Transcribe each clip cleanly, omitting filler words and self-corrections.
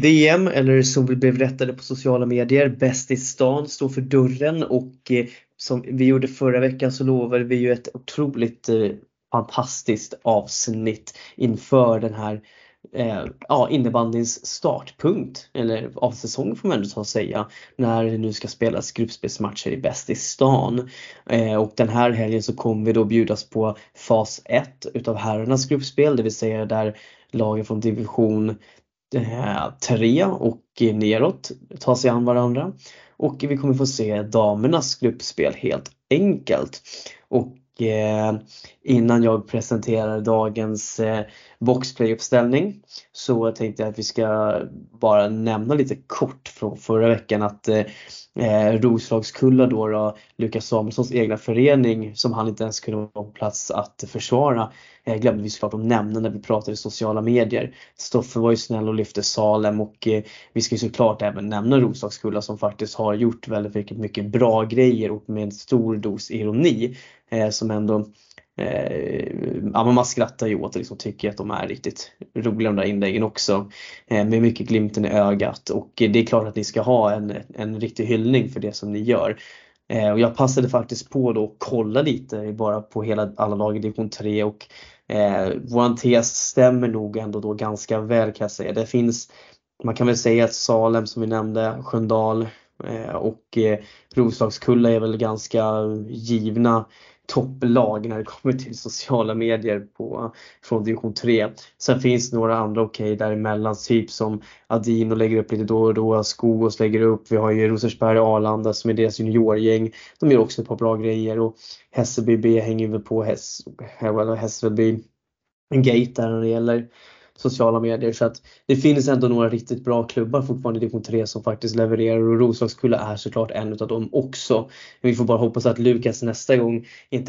VM, eller som vi blev rättade på sociala medier, Bäst i stan står för dörren, och som vi gjorde förra veckan så lovade vi ju ett otroligt fantastiskt avsnitt inför den här innebandyns startpunkt, eller av säsong får man ändå så säga, när det nu ska spelas gruppspelsmatcher i Bäst i stan. Och den här helgen så kommer vi då bjudas på fas 1 utav herrarnas gruppspel, det vill säga där lagen från division 3 och neråt tar sig an varandra. Och vi kommer få se damernas gruppspel helt enkelt. Och innan jag presenterar dagens boxplay-uppställning så tänkte jag att vi ska bara nämna lite kort från förra veckan att Roslagskulla då Lukas Samuelssons egna förening, som han inte ens kunde vara på plats att försvara, glömde vi såklart att nämna när vi pratade i sociala medier. Stoffer var ju snäll och lyfte Salem, och vi ska ju såklart även nämna Roslagskulla som faktiskt har gjort väldigt mycket bra grejer, och med en stor dos ironi som ändå man skrattar ju åt det, liksom, tycker att de är riktigt roliga de där inläggen också, med mycket glimten i ögat, och det är klart att ni ska ha en riktig hyllning för det som ni gör. Och jag passade faktiskt på då att kolla lite bara på alla lag i division 3, och våran tes stämmer nog ändå då ganska väl, kan jag säga. Det finns, man kan väl säga att Salem som vi nämnde, Sköndal och Roslagskulla är väl ganska givna topplag när det kommer till sociala medier från division 3. Sen finns några andra däremellan, typ som Adino lägger upp lite då och då, Skogås lägger upp, vi har ju Rosersberg och Arlanda som är deras juniorgäng, de gör också ett par bra grejer, och Hässelby B hänger väl på Hässelby Gate där när det gäller sociala medier, så att det finns ändå några riktigt bra klubbar fortfarande i division 3 som faktiskt levererar, och Roslagskulla är såklart en av dem också. Vi får bara hoppas att Lukas nästa gång inte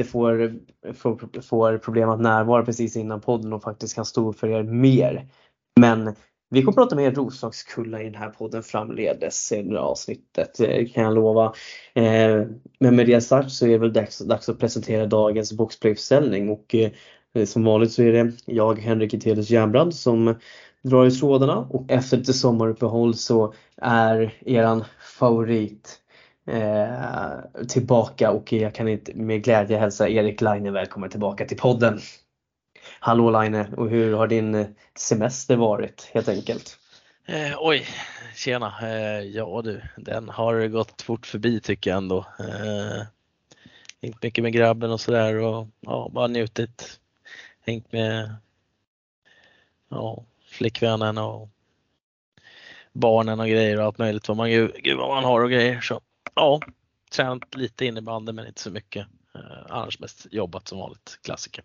får problem att närvara precis innan podden och faktiskt kan stå för er mer. Men vi kommer prata mer Roslagskulla i den här podden framledes i avsnittet, kan jag lova. Men med det sagt så är det väl dags att presentera dagens boxplay-uppställning, och som vanligt så är det jag, Henrik Itelius Järnbrand, som drar i trådarna, och efter lite sommaruppehåll så är eran favorit tillbaka, och jag kan inte med glädje hälsa Erik Laine välkommen tillbaka till podden. Hallå Laine, och hur har din semester varit helt enkelt? Tjena. Ja du, den har gått fort förbi tycker jag ändå. Inte mycket med grabben och sådär, och bara njutit. Hängt med flickvännen och barnen och grejer och allt möjligt. Gud vad man har och grejer. Så tränat lite innebandy men inte så mycket. Annars mest jobbat som vanligt, klassiker.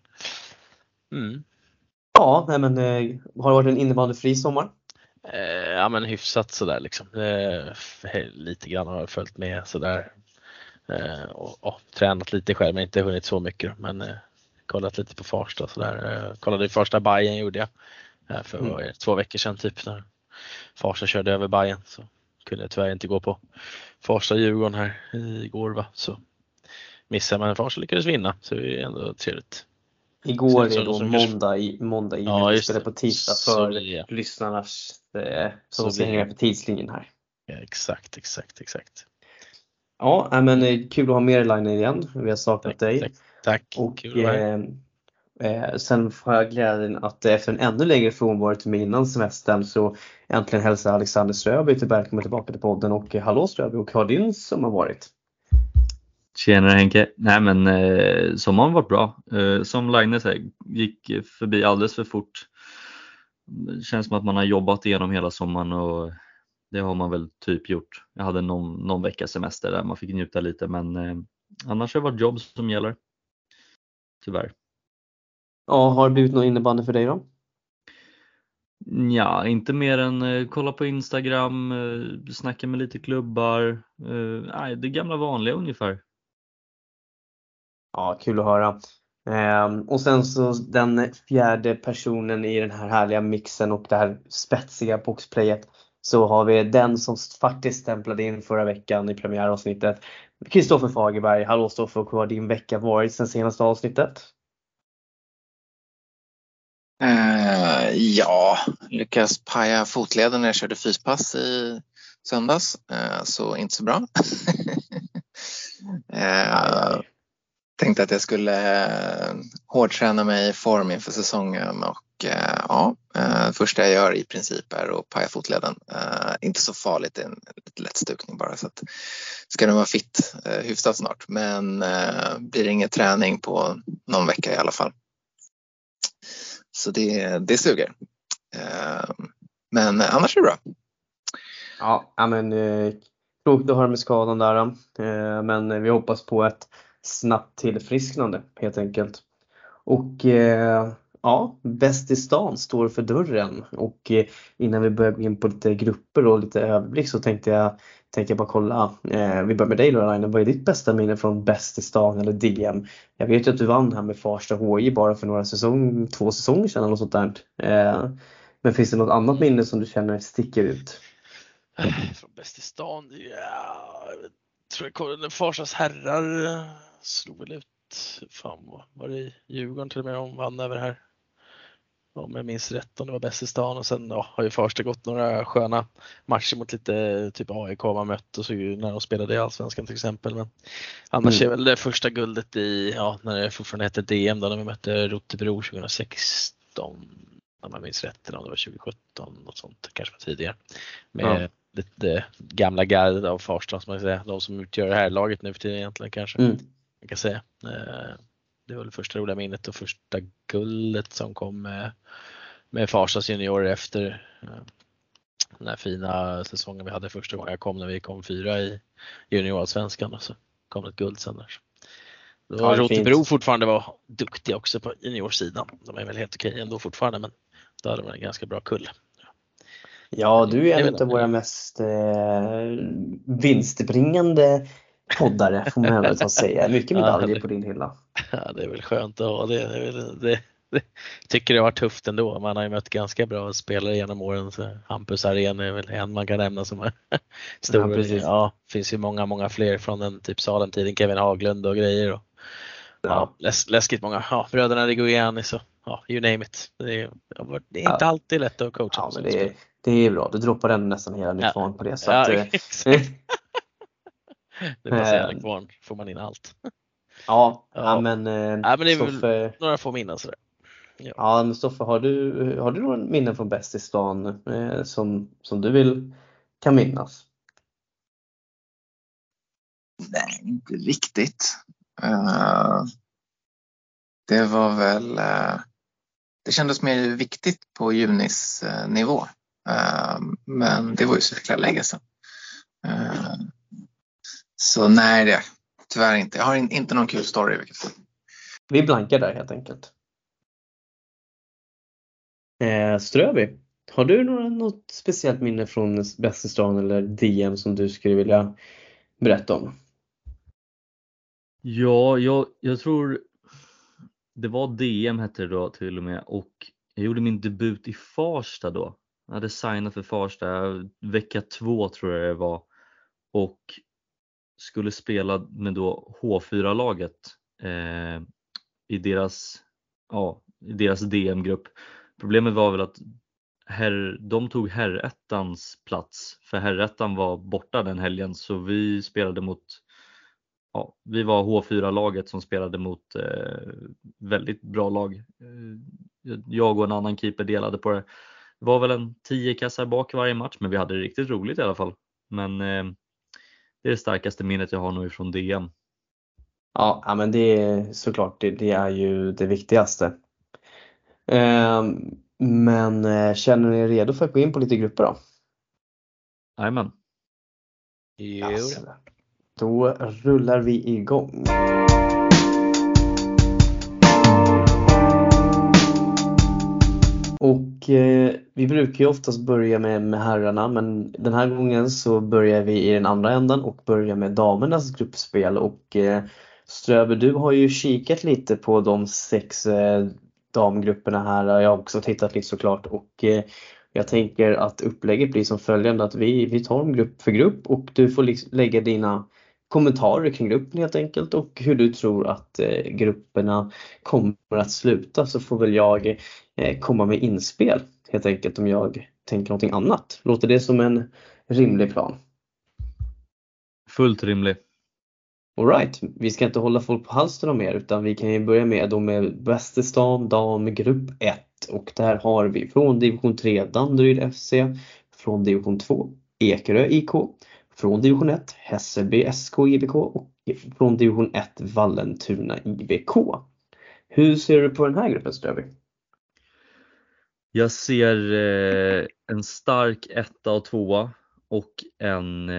Ja, men har det varit en innebandyfri sommar? Ja men hyfsat sådär liksom. Lite grann har jag följt med sådär. Och tränat lite själv men inte hunnit så mycket. Men kollat lite på Farsta sådär. Kollade i första Bayern gjorde jag för 2 veckor sedan typ, när Farsta körde över Bayern, så kunde jag tyvärr inte gå på Farsta Djurgården här igår så missade, men Farsta lyckades vinna, så det är ändå trevligt. Igår är då måndag i och vi spelar på tisdag för lyssnarnas som ska hänga på tidslinjen här. Ja, exakt. Ja, men kul att ha med dig Line igen. Vi har saknat dig. Tack. Och sen får jag glädjen att efter en ännu längre frånvaro till mig innan semestern så äntligen hälsar Alexander Ströby välkommen tillbaka till podden. Och hallå Ströby, och har din sommar varit? Tjenare Henke. Nej men sommaren var bra. Som Line säger, gick förbi alldeles för fort. Det känns som att man har jobbat igenom hela sommaren, och det har man väl typ gjort. Jag hade någon vecka semester där man fick njuta lite, men annars har det varit jobb som gäller. Tyvärr. Ja, har det blivit någon innebandy för dig då? Ja, inte mer än kolla på Instagram, snacka med lite klubbar. Nej, det gamla vanliga ungefär. Ja, kul att höra. Och sen så den fjärde personen i den här härliga mixen och det här spetsiga boxplayet, så har vi den som faktiskt stämplade in förra veckan i premiäravsnittet, Kristoffer Fagerberg. Hallå Stoffer, och hur har din vecka varit sen senaste avsnittet? Ja, lyckas paja fotleden när jag körde fyspass i söndags, så inte så bra. Tänkte att jag skulle hårdträna mig i form inför säsongen och första jag gör i princip är att paja fotleden. Inte så farligt, en lite lätt stukning bara, så att ska den vara fit hyfsat snart, men blir det ingen träning på någon vecka i alla fall. Så det suger. Men annars är det bra. Ja, men klokt att höra med skadan där. Men vi hoppas på ett snabbt tillfrisknande helt enkelt. Och bäst i stan står för dörren. Och innan vi börjar gå in på lite grupper och lite överblick så tänkte jag bara kolla. Vi börjar med dig då, Rainer. Vad är ditt bästa minne från bäst i stan eller DM? Jag vet ju att du vann här med Farsta HJ bara för 2 säsonger sedan eller något sånt där. Men finns det något annat minne som du känner sticker ut? Från bäst i stan, jag tror jag kollade när Farsas herrar slog väl ut, var det i Djurgården till och med de vann över här. Om jag minns rätt, om det var bäst i stan. Och sen har ju Farsta gått några sköna matcher mot lite typ AIK man mött och så när de spelade i Allsvenskan till exempel. Men annars är väl det första guldet när det fortfarande heter DM då, när vi mötte Rotebro 2016. Om jag minns rätt, eller om det var 2017 något sånt, kanske var tidigare. Med lite gamla gardet av Farsta, som man kan säga. De som utgör det här laget nu för tiden egentligen kanske. Man kan säga. Det var det första roliga minnet och första guldet som kom med Farstas juniorer efter den här fina säsongen vi hade första gången jag kom, när vi kom 4 i juniorallsvenskan, och så kom ett guld sen där. Då Rotebro fortfarande var duktiga också på juniorsidan. De är väl helt okej ändå fortfarande, men då hade man en ganska bra kull. Ja, du är en av våra mest vinstbringande poddare, får man väl säga. Mycket medaljer på din hylla. Ja, det är väl skönt att ha det. Tycker det var tufft ändå. Man har ju mött ganska bra spelare genom åren. Så Hampus Arén är väl en man kan nämna som är stor. Ja, finns ju många fler från den typ Salem-tiden. Kevin Haglund och grejer. Och, läskigt många. Ja, bröderna Rigoiani, så you name it. Det är inte alltid lätt att coacha. Ja, men det är bra. Du droppar den nästan hela Nykvarn på det. Så att, det passerar Nykvarn, får man in allt. Men det är väl några få minnen sådär. Ja, men Stoffe, har du några minnen från bäst i stan som du kan minnas? Nej, inte riktigt. Det var väl det kändes mer viktigt på junis nivå. Men det var ju så jäkla länge sedan. Så nej, det tyvärr inte. Jag har inte någon kul story. Vi blankar där helt enkelt. Ströby, har du något speciellt minne från bäst i stan eller DM som du skulle vilja berätta om? Ja, jag tror det var DM hette det då till och med, och jag gjorde min debut i Farsta då. Jag hade signat för Farsta vecka 2 tror jag det var, och skulle spela med då H4-laget i deras DM-grupp. Problemet var väl att de tog herrettans plats, för herrettan var borta den helgen, så vi spelade mot vi var H4-laget som spelade mot väldigt bra lag. Jag och en annan keeper delade på det. Det var väl en 10 kassar bak varje match, men vi hade det riktigt roligt i alla fall. Men det är det starkaste minnet jag har nu från DM. Ja, men det är såklart, det är ju det viktigaste. Men känner ni er redo för att gå in på lite grupper då? Jajamän. Alltså, då rullar vi igång. Och vi brukar ju oftast börja med herrarna, men den här gången så börjar vi i den andra änden och börjar med damernas gruppspel. Och Ströbe, du har ju kikat lite på de 6 damgrupperna här. Jag har också tittat lite såklart, och jag tänker att upplägget blir som följande, att vi tar dem grupp för grupp och du får lägga dina kommentarer kring gruppen helt enkelt och hur du tror att grupperna kommer att sluta, så får väl jag komma med inspel helt enkelt om jag tänker någonting annat. Låter det som en rimlig plan? Fullt rimlig. All right, vi ska inte hålla folk på halsen mer, utan vi kan ju börja med bäst i stan, damgrupp 1. Och där har vi från division 3 Danderyd FC, från division 2 Ekerö IK, från division 1 Hässelby SK IBK och från division 1 Vallentuna IBK. Hur ser du på den här gruppen, Ströby? Jag ser en stark 1 och 2 och en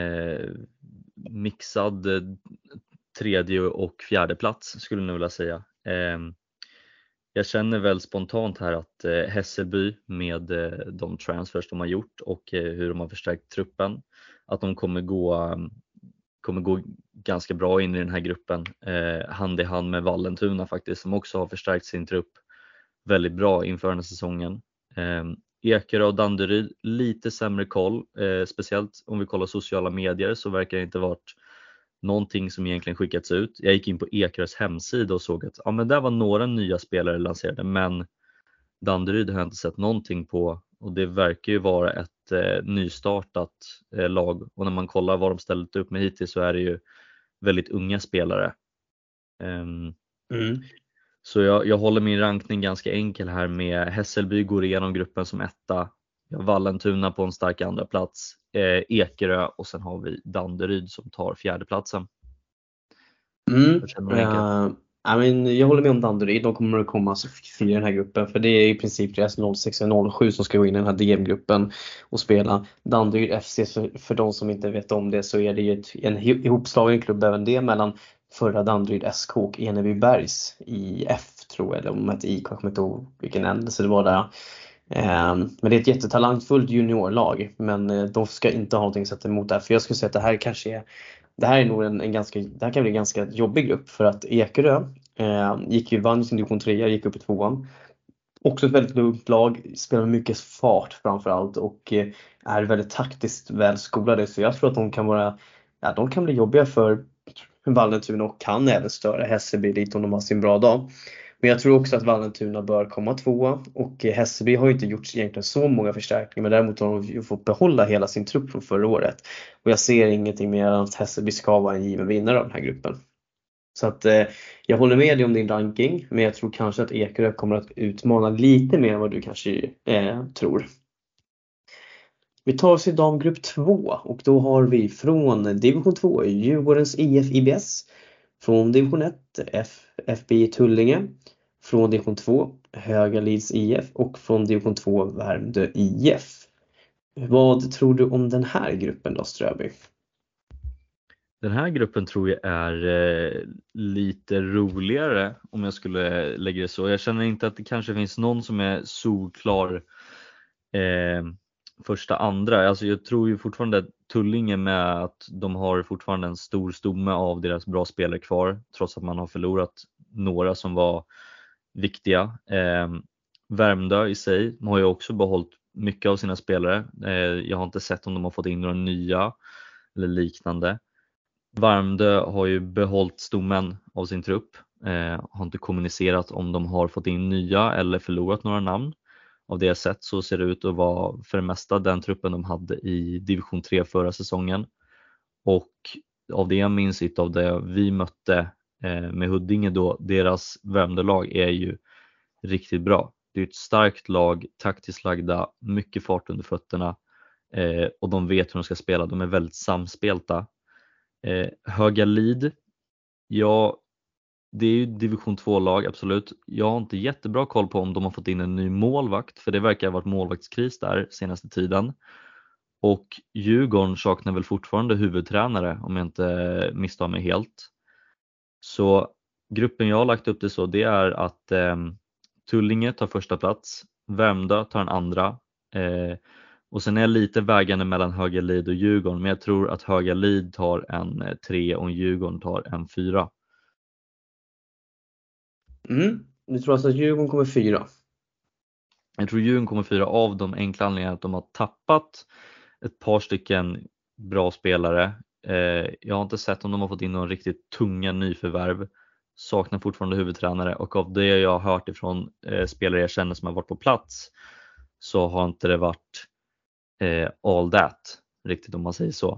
mixad 3:e och 4:e plats skulle jag nog vilja säga. Jag känner väl spontant här att Hässelby med de transfers de har gjort och hur de har förstärkt truppen, att de kommer gå ganska bra in i den här gruppen, hand i hand med Vallentuna faktiskt, som också har förstärkt sin trupp väldigt bra inför den här säsongen. Ekerö och Danderyd lite sämre koll, speciellt om vi kollar sociala medier så verkar det inte varit någonting som egentligen skickats ut. Jag gick in på Ekerös hemsida och såg att men där var några nya spelare lanserade, men Danderyd har jag inte sett någonting på, och det verkar ju vara ett nystartat lag, och när man kollar vad de ställt upp med hittills så är det ju väldigt unga spelare. Så jag håller min rankning ganska enkel här med Hässelby går igenom gruppen som 1, Vallentuna på en stark andra plats, Ekerö och sen har vi Danderyd som tar 4:e platsen. Jag håller med om Danderyd. De kommer att komma så 4 i den här gruppen, för det är i princip deras 06 och 07 som ska gå in i den här DM-gruppen och spela. Danderyd FC, för de som inte vet om det, så är det ju en ihopslagen klubb även det mellan förra Danderyd SK och Enebybergs IF, tror jag, eller om ett IK, jag kommer inte ihåg vilken ände, så det var där. Men det är ett jättetalangfullt juniorlag, men de ska inte ha någonting att sätta emot där, för jag skulle säga att det här är nog det här kan bli en ganska jobbig grupp, för att Ekerö vann sin division 3, gick upp i 2:an. Också ett väldigt lugnt lag, spelar med mycket fart framförallt och är väldigt taktiskt välskolade, så jag tror att de kan bli jobbiga för Vallentuna och kan även störa Hässelby lite om de har sin bra dag. Men jag tror också att Vallentuna bör komma 2, och Hässelby har ju inte gjort egentligen så många förstärkningar, men däremot har de ju fått behålla hela sin trupp från förra året. Och jag ser ingenting mer än att Hässelby ska vara en given vinnare av den här gruppen. Så att jag håller med dig om din ranking, men jag tror kanske att Ekerö kommer att utmana lite mer än vad du kanske tror. Vi tar oss i damgrupp 2, och då har vi från division 2 Djurgårdens IF IBS, från division 1 FBI Tullinge, från division 2 Högalids IF och från division 2 Värmdö IF. Vad tror du om den här gruppen då, Ströby? Den här gruppen tror jag är lite roligare, om jag skulle lägga det så. Jag känner inte att det kanske finns någon som är solklar första, andra. Alltså jag tror ju fortfarande att Tullinge, med att de har fortfarande en stor stomme av deras bra spelare kvar, trots att man har förlorat några som var viktiga. Värmdö i sig har ju också behållit mycket av sina spelare. Jag har inte sett om de har fått in några nya eller liknande. Värmdö har ju behållit stommen av sin trupp. Har inte kommunicerat om de har fått in nya eller förlorat några namn. Av det sätt så ser det ut att vara för det mesta den truppen de hade i division 3 förra säsongen. Och av det jag minns av det vi mötte med Huddinge då, deras Värmdö-lag är ju riktigt bra. Det är ett starkt lag, taktiskt lagda, mycket fart under fötterna och de vet hur de ska spela. De är väldigt samspelta. Högalid, ja, det är ju division 2-lag, absolut. Jag har inte jättebra koll på om de har fått in en ny målvakt, för det verkar ha varit målvaktskris där senaste tiden. Och Djurgården saknar väl fortfarande huvudtränare, om jag inte misstar mig helt. Så gruppen jag har lagt upp det så, det är att Tullinge tar första plats, Värmdö tar en andra. Och sen är jag lite vägande mellan Högalid och Djurgården, men jag tror att Högalid tar en 3 och Djurgården tar en 4. Du tror alltså att Djurgården kommer 4? Jag tror Djurgården kommer 4 av de enkla anledningarna att de har tappat ett par stycken bra spelare. Jag har inte sett om de har fått in någon riktigt tunga nyförvärv. Saknar fortfarande huvudtränare, och av det jag har hört ifrån spelare jag känner som har varit på plats så har inte det varit all that riktigt, om man säger så.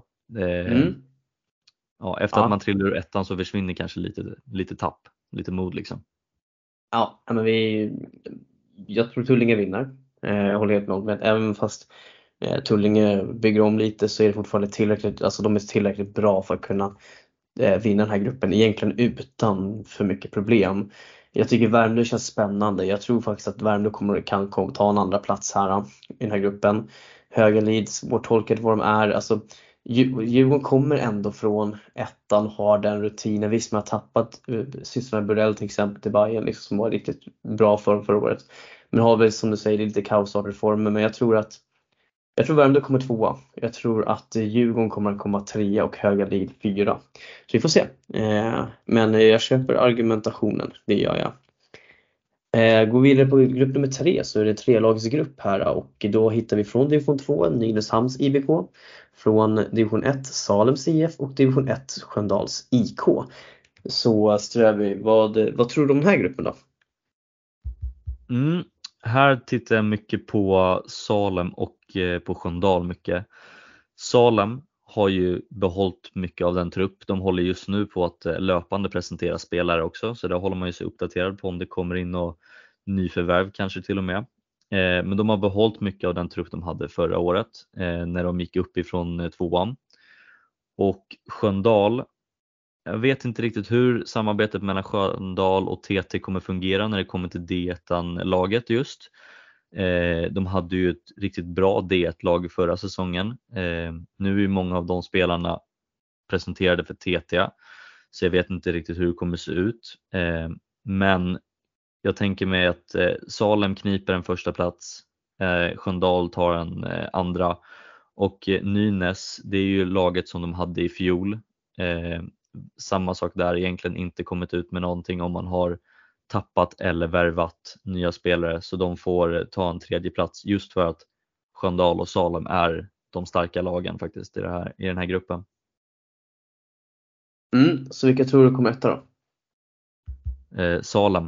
Ja, efter att man trillar ur ettan så försvinner kanske lite tapp, lite mod liksom. Ja, men jag tror Tullinge vinner. Jag håller helt med om det. Även fast Tullinge bygger om lite så är det fortfarande tillräckligt, alltså de är tillräckligt bra för att kunna vinna den här gruppen egentligen utan för mycket problem. Jag tycker Värmdö känns spännande. Jag tror faktiskt att Värmdö kan ta en andra plats här i den här gruppen. Högalid, svårtolkat vad de är. Alltså, Djurgården kommer ändå från ettan, har den rutinen. Visst, man har tappat Sysselman Burrell till exempel till Bayern liksom, som var riktigt bra förra året. Men har väl, som du säger, lite kaosartreformer. Men jag tror Värmdö kommer 2. Jag tror att Djurgården kommer att komma 3 och Högalid 4. Så vi får se. Men jag köper argumentationen, det gör jag. Går vidare på grupp nummer 3 så är det en 3-lagsgrupp här. Och då hittar vi från division 2 Nynäshamns IBK. Från division 1 Salems IF och division 1 Sköndals IK. Så Ströby, vad tror du om den här gruppen då? Här tittar jag mycket på Salem och på Sköndal mycket. Salem har ju behållit mycket av den trupp. De håller just nu på att löpande presentera spelare också. Så där håller man ju sig uppdaterad på om det kommer in och nyförvärv kanske till och med. Men de har behållit mycket av den trupp de hade förra året när de gick upp ifrån 2an. Och Sköndal, jag vet inte riktigt hur samarbetet mellan Sköndal och TT kommer fungera när det kommer till D1-laget just. De hade ju ett riktigt bra D1-lag förra säsongen. Nu är ju många av de spelarna presenterade för TT, så jag vet inte riktigt hur det kommer se ut. Men jag tänker mig att Salem kniper en första plats, Sköndal tar en andra, och Nynäs, det är ju laget som de hade i fjol. Samma sak där, egentligen inte kommit ut med någonting om man har tappat eller värvat nya spelare, så de får ta en tredje plats just för att Sköndal och Salem är de starka lagen faktiskt i den här gruppen. Så vilka tror du kommer etta då? Salem.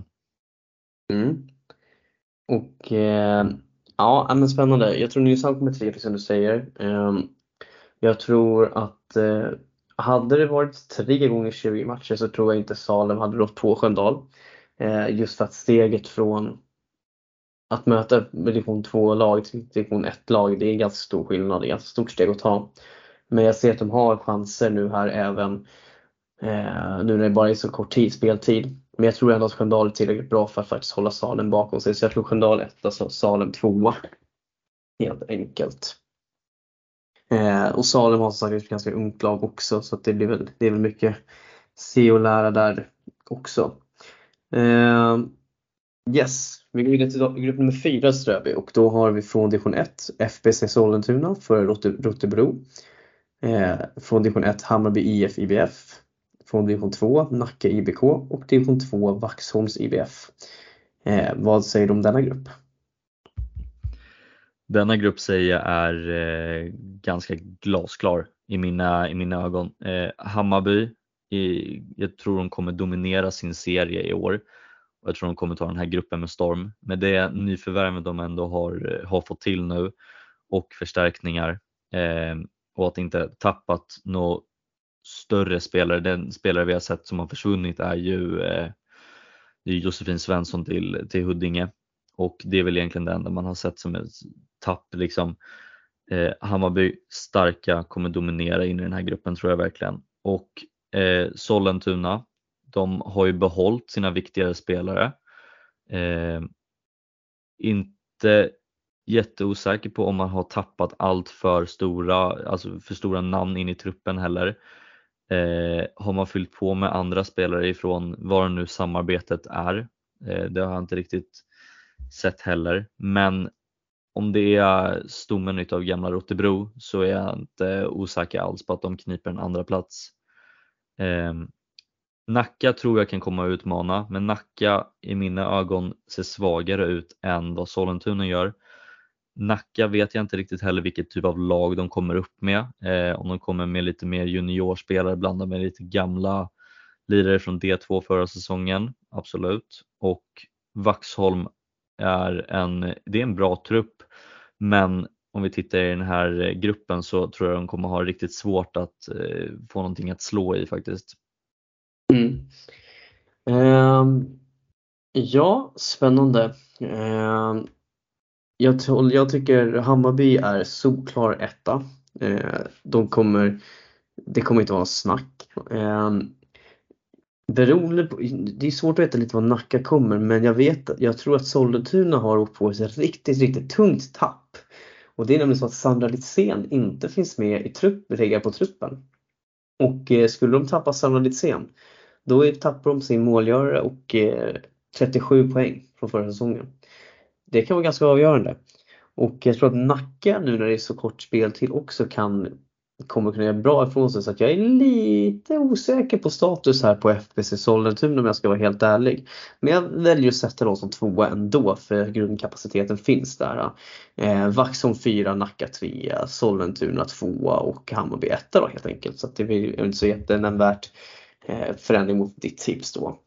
Och ja, men spännande. Jag tror Nynäshamn kommer 3, som du säger. Jag tror att hade det varit 3 gånger 20 matcher så tror jag inte Salem hade rått på Sköndal. Just för att steget från att möta division 2-lag till division 1-lag, det är en ganska stor skillnad, det är ett ganska stort steg att ta. Men jag ser att de har chanser nu här även nu när det bara är så kort speltid. Men jag tror ändå att Sköndal är tillräckligt bra för att faktiskt hålla Salem bakom sig. Så jag tror Sköndal 1, alltså Salem 2. Helt enkelt. Och Salem har som sagt ett ganska ungt lag också, så att det är väl mycket se och lära där också. Yes, vi går vidare till grupp nummer 4 Ströby, och då har vi från division 1 FBC Sollentuna för Rotebro. Från division 1 Hammarby IF IBF. Från division 2 Nacka IBK och division 2 Vaxholms IBF. Vad säger du om denna grupp? Denna grupp säger jag är ganska glasklar i mina ögon. Hammarby, jag tror de kommer dominera sin serie i år. Och jag tror de kommer ta den här gruppen med storm. Med det nyförvärvet de ändå har fått till nu och förstärkningar. Och att inte tappat några större spelare. Den spelare vi har sett som har försvunnit är ju Josefin Svensson till Huddinge. Och det är väl egentligen det enda man har sett som ett tapp liksom. Hammarby starka kommer dominera in i den här gruppen, tror jag verkligen. Och Sollentuna, de har ju behållit sina viktigare spelare. Inte jätteosäker på om man har tappat allt för stora namn in i truppen heller. Har man fyllt på med andra spelare ifrån var nu samarbetet är. Det har jag inte riktigt sett heller. Men om det är stommen utav gamla Rotebro så är jag inte osäker alls på att de kniper en andra plats. Nacka tror jag kan komma och utmana, men Nacka i mina ögon ser svagare ut än vad Sollentuna gör. Nacka vet jag inte riktigt heller vilket typ av lag de kommer upp med. Om de kommer med lite mer juniorspelare blandat med lite gamla lirare från D2 förra säsongen, absolut. Och Vaxholm det är en bra trupp, men om vi tittar i den här gruppen så tror jag de kommer ha riktigt svårt att få någonting att slå i faktiskt. Ja, spännande. Jag tycker Hammarby är solklar etta. Det kommer inte vara snack. Det är svårt att veta lite vad Nacka kommer, men jag tror att Sollentuna har åkt på ett riktigt, riktigt tungt tapp. Och det är nämligen så att Sandra Litzén inte finns med i reggar på truppen. Och skulle de tappa Sandra Litzén, då tappar de sin målgörare och 37 poäng från förra säsongen. Det kan vara ganska avgörande. Och jag tror att Nacka nu när det är så kort spel till också kommer kunna göra bra ifrån sig. Så att jag är lite osäker på status här på FBC Sollentuna om jag ska vara helt ärlig. Men jag väljer att sätta dem som 2 ändå, för grundkapaciteten finns där. Vaxholm 4, Nacka 3, Sollentuna 2 och Hammarby 1 då helt enkelt. Så att det är inte så jättenämnvärt förändring mot ditt tips då.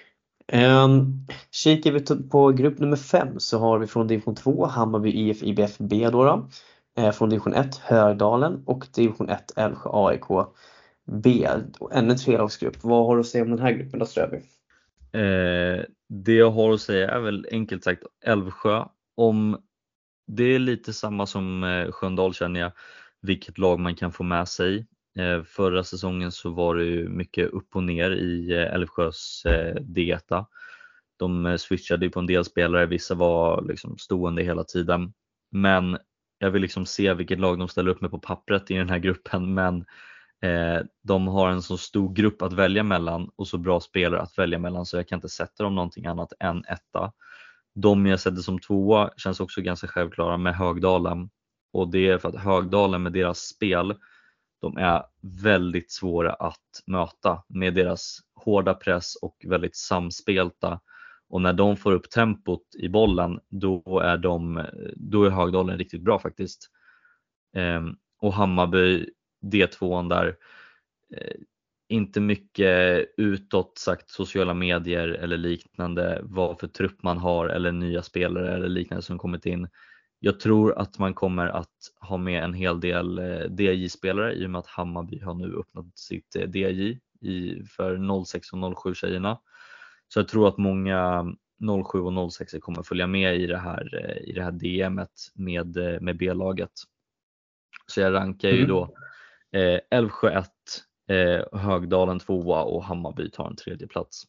Kikar vi på grupp nummer 5 så har vi från division 2 Hammarby IF IBF B då. Från division 1 Högdalen och division 1 Älvsjö AIK B. Ännu en trelagsgrupp. Vad har du att säga om den här gruppen då, Ströby? Det jag har att säga är väl enkelt sagt Älvsjö. Om det är lite samma som Sköndal känner jag, vilket lag man kan få med sig. Förra säsongen så var det ju mycket upp och ner i Älvsjös dieta. De switchade ju på en del spelare, vissa var liksom stående hela tiden. Men jag vill liksom se vilket lag de ställer upp med på pappret i den här gruppen. Men de har en så stor grupp att välja mellan och så bra spelare att välja mellan, så jag kan inte sätta dem någonting annat än etta. De jag sätter som 2 känns också ganska självklara med Högdalen. Och det är för att Högdalen med deras spel, de är väldigt svåra att möta med deras hårda press och väldigt samspelta. Och när de får upp tempot i bollen, då är Högdalen riktigt bra faktiskt. Och Hammarby D2 där, inte mycket utåt sagt sociala medier eller liknande, vad för trupp man har eller nya spelare eller liknande som kommit in. Jag tror att man kommer att ha med en hel del DJ-spelare i och med att Hammarby har nu öppnat sitt DJ för 06 och 07 tjejerna. Så jag tror att många 07 och 06 kommer följa med i det här DMet med B-laget. Så jag rankar ju då Älvsjö 1, Högdalen 2 och Hammarby tar en 3:e plats.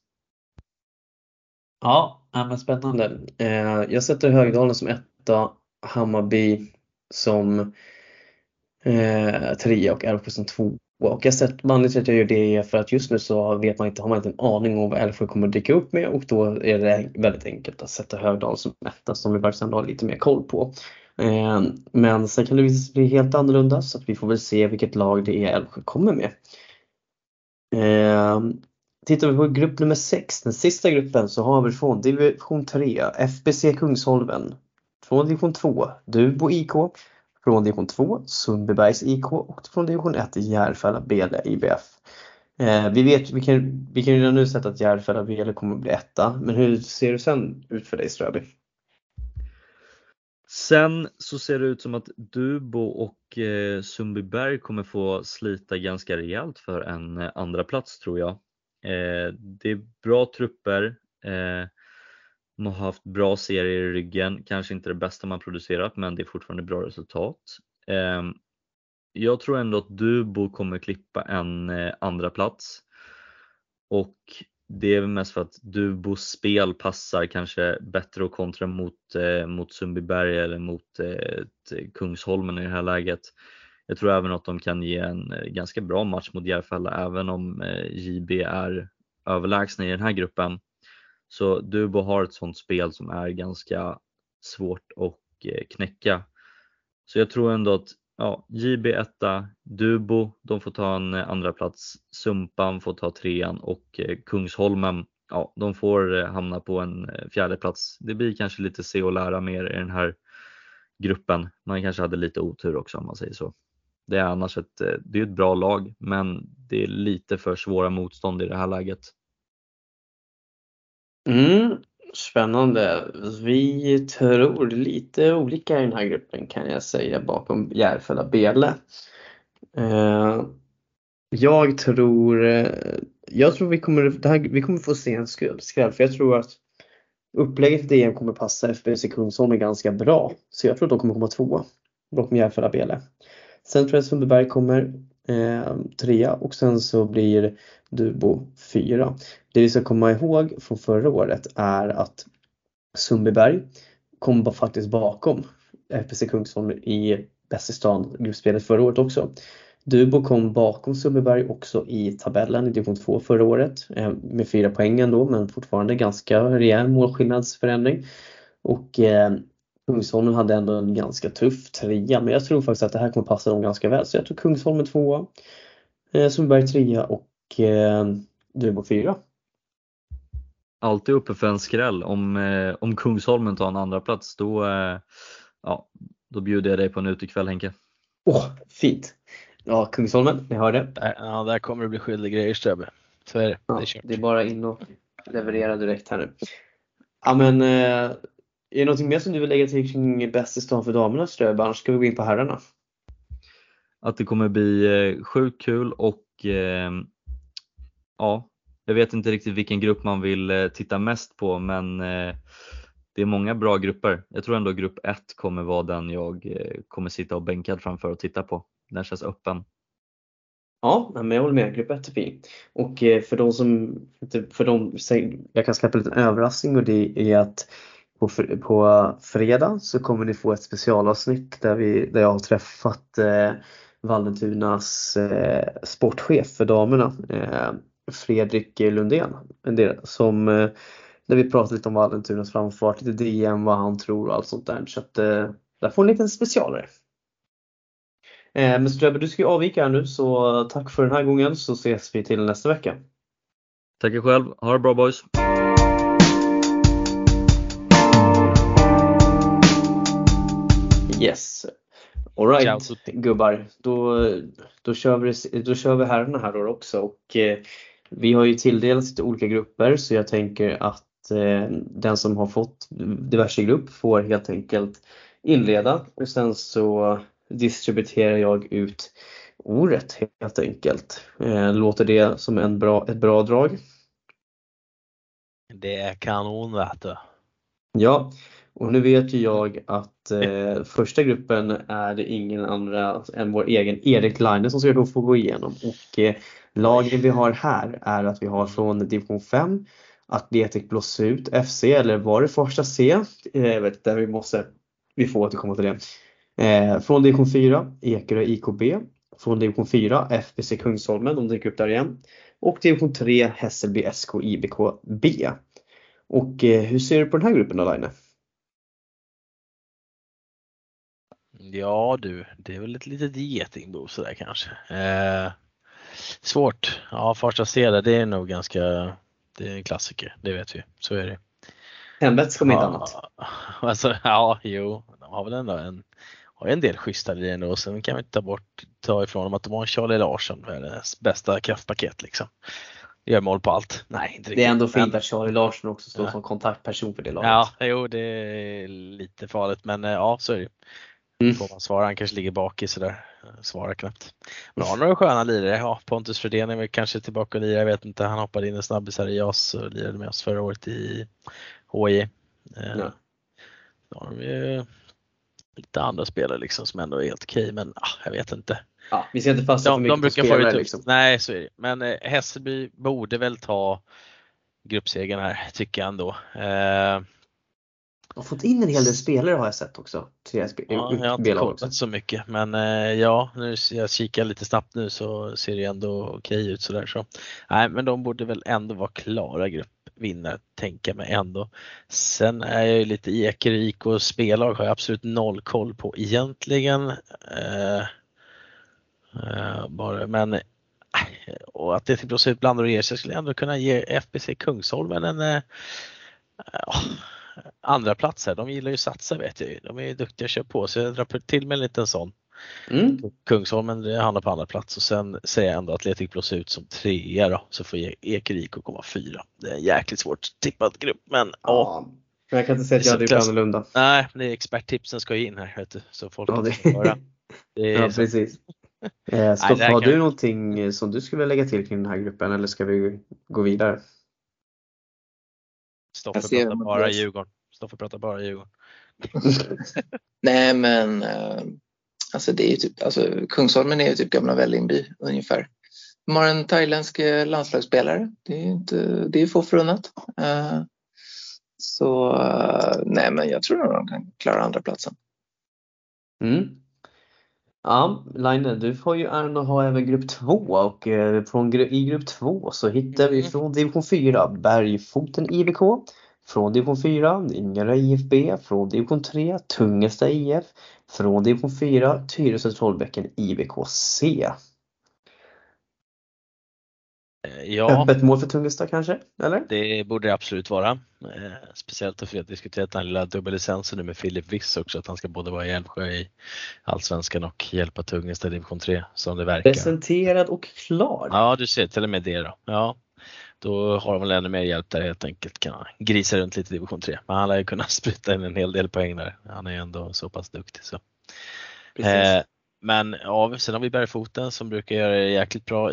Ja, men spännande. Jag sätter Högdalen som 1, Hammarby som 3 och Älvsjö som 2. Och jag sett manligt att jag gör det för att just nu så har man inte en aning om vad Älvsjö kommer att dyka upp med, och då är det väldigt enkelt att sätta Högdalen som 1 som vi faktiskt ändå har lite mer koll på. Men sen kan det bli helt annorlunda, så att vi får väl se vilket lag det är Älvsjö kommer med. Tittar vi på grupp nummer 6, den sista gruppen, så har vi från division 3 FBC Kungsholmen, från division 2 Dubo IK, från division 2 Sundbybergs IK och från division 1 Järfälla Bele IBF. Vi kan redan nu sätta att Järfälla Bele kommer att bli 1, men hur ser det sen ut för dig, Ströby? Sen så ser det ut som att Dubo och Sundbyberg kommer få slita ganska rejält för en andra plats, tror jag. Det är bra trupper. De har haft bra serier i ryggen. Kanske inte det bästa man producerat, men det är fortfarande bra resultat. Jag tror ändå att Dubo kommer klippa en andra plats. Och det är mest för att Dubos spel passar kanske bättre att kontra mot Sundbyberg eller mot Kungsholmen i det här läget. Jag tror även att de kan ge en ganska bra match mot Järfälla, även om JB är överlägsna i den här gruppen. Så Dubo har ett sånt spel som är ganska svårt att knäcka. Så jag tror ändå att JB 1, Dubo, de får ta en andra plats, Sumpan får ta 3:an och Kungsholmen, de får hamna på en 4:e plats. Det blir kanske lite se och lära mer i den här gruppen. Man kanske hade lite otur också om man säger så. Det är annars det är ett bra lag, men det är lite för svåra motstånd i det här läget. Spännande. Vi tror lite olika i den här gruppen kan jag säga bakom Järfälla Bele. Jag tror vi kommer få se en skräll, för jag tror att upplägget i DM kommer passa FBC Kungsholm ganska bra. Så jag tror att de kommer komma 2 bakom Järfälla Bele. Sen tror jag att Sundbyberg kommer 3 och sen så blir Dubo 4. Det vi ska komma ihåg från förra året är att Sundbyberg kom faktiskt bakom FBC Kungsholm i Bäst i stan gruppspelet förra året också. Dubo kom bakom Sundbyberg också i tabellen i division 2 förra året med 4 poäng ändå, men fortfarande ganska rejäl målskillnadsförändring. Och Kungsholmen hade ändå en ganska tuff 3, men jag tror faktiskt att det här kommer passa dem ganska väl. Så jag tror Kungsholmen 2, Sundbyberg 3 och Dubo 4. Alltid uppe för en skräll. Om Kungsholmen tar en andra plats, då bjuder jag dig på en utekväll, Henke. Fint. Ja, Kungsholmen, ni hörde. Där kommer det bli skyldig grejer, Ströbe. Så är det. Ja, det är bara in och leverera direkt här nu. Ja, men är det någonting mer som du vill lägga till kring Bäst i stan för damerna, Ströbe? Annars ska vi gå in på herrarna. Att det kommer bli sjukt kul och jag vet inte riktigt vilken grupp man vill titta mest på, men det är många bra grupper. Jag tror ändå grupp 1 kommer vara den jag kommer sitta och bänkad framför och titta på. Den känns öppen. Ja, men jag håller med. Grupp 1 är fin. Och jag kan släppa en liten överraskning, och det är att på fredag så kommer ni få ett specialavsnitt där jag har träffat Vallentunas sportchef för damerna, Fredrik Lundén, där vi pratar lite om Vallentunas framfart, lite DM, vad han tror och allt sånt där. Så att där får ni en liten specialare. Men Ströbe, du ska ju avvika här nu, så tack för den här gången, så ses vi till nästa vecka. Tack själv, ha det bra boys. Yes. All right, gubbar. Då kör vi herrarna här då också, och vi har ju tilldelat lite olika grupper, så jag tänker att den som har fått diverse grupp får helt enkelt inleda, och sen så distribuerar jag ut ordet helt enkelt. Låter det som ett bra drag? Det är kanon, vet du. Ja, och nu vet ju jag att första gruppen är det ingen andra än vår egen Erik Line som ska då få gå igenom. Och lagen vi har här är att vi har från division 5 Atletic Blåsut FC, eller var det första C? Jag vet inte, vi får återkomma till det. Från division 4 Ekerö IKB, från division 4 FBC Kungsholmen, de dyker upp där igen, och division 3 Hässelby SK IBK B. Och hur ser du på den här gruppen då, Line? Ja du, det är väl ett litet getingbo sådär kanske. Svårt. Ja, första serie, det är nog det är en klassiker, det vet vi. Så är det. Hembet ska med annat. Alltså, de har väl ändå en del schysstare i ändå, och sen kan vi inte ta ifrån dem att de har Charlie Larsson, världens bästa kraftpaket liksom. Gör mål på allt. Nej, inte riktigt. Det är ändå fint att Charlie Larsson också står som kontaktperson för det laget. Ja, jo, det är lite farligt, men så är det. Får man svara, han kanske ligger bak i sådär, svarar knappt. Men har några sköna lirare. Ja, Pontus Fredén är väl kanske tillbaka och lirar, jag vet inte. Han hoppade in en snabbis här i JAS och lirade med oss förra året i HJ. Ja. Då har de ju lite andra spelare liksom som ändå är helt okej, men jag vet inte. Ja, vi ser inte fast för mycket de brukar spelare, få det liksom. Nej, så är det. Men Hässelby borde väl ta gruppsegern här, tycker jag ändå. Jag har fått in en hel del spelare, har jag sett också. Jag har inte kollat så mycket, men nu jag kikar lite snabbt nu, så ser det ändå okej ut sådär. Så. Nej, men de borde väl ändå vara klara gruppvinnare, tänka mig ändå. Sen är jag ju lite Ekerö IK och spellag har jag absolut noll koll på egentligen. Men och att det till ut blandar och ger sig, skulle jag ändå kunna ge FBC Kungsholmen andra plats här. De gillar ju satsa, vet jag ju. De är ju duktiga att köra på, så jag drar till med en liten sån. Kungsholmen hamnar på andra plats och sen säger jag ändå att Atletic blåser ut som 3 då, så får Ekeriko komma 4. Det är en jäkligt svårt tippad grupp, men ja. Men jag kan inte säga att jag hade gjort annorlunda. Nej, det är experttipsen ska ju in här, vet du, så folk Ja, får höra. Ja, precis. Stoffe, har du någonting som du skulle lägga till kring den här gruppen, eller ska vi gå vidare? Stoffe pratar bara Djurgården. Nej, men alltså det är ju typ, alltså Kungsholmen är ju typ gamla Vällingby ungefär. De har en thailändsk landslagsspelare. Det är få förunnat. Så nej, men jag tror nog de kan klara andra platsen. Ja, Line, du får ju äran att ha även grupp 2 och i grupp 2 så hittar vi från division 4 Bergfoten IBK, från division 4 Ingarö IFB, från division 3 Tungesta IF, från division 4 Tyresö Trollbäcken IBKC. Ja, öppet mål för Tungesta kanske, eller? Det borde det absolut vara. Speciellt för att diskutera den lilla dubbellicensen nu med Filip Wiss också, att han ska både vara i Älvsjö i Allsvenskan och hjälpa Tungesta i division 3 som det verkar. Presenterad och klar. Ja, du ser till och med det då. Ja, då har de väl ännu mer hjälp där helt enkelt. Kan grisa runt lite i division 3. Men han lär ju kunna spruta in en hel del poäng där. Han är ju ändå så pass duktig så. Men ja, sen har vi Bergfoten som brukar göra det jäkligt bra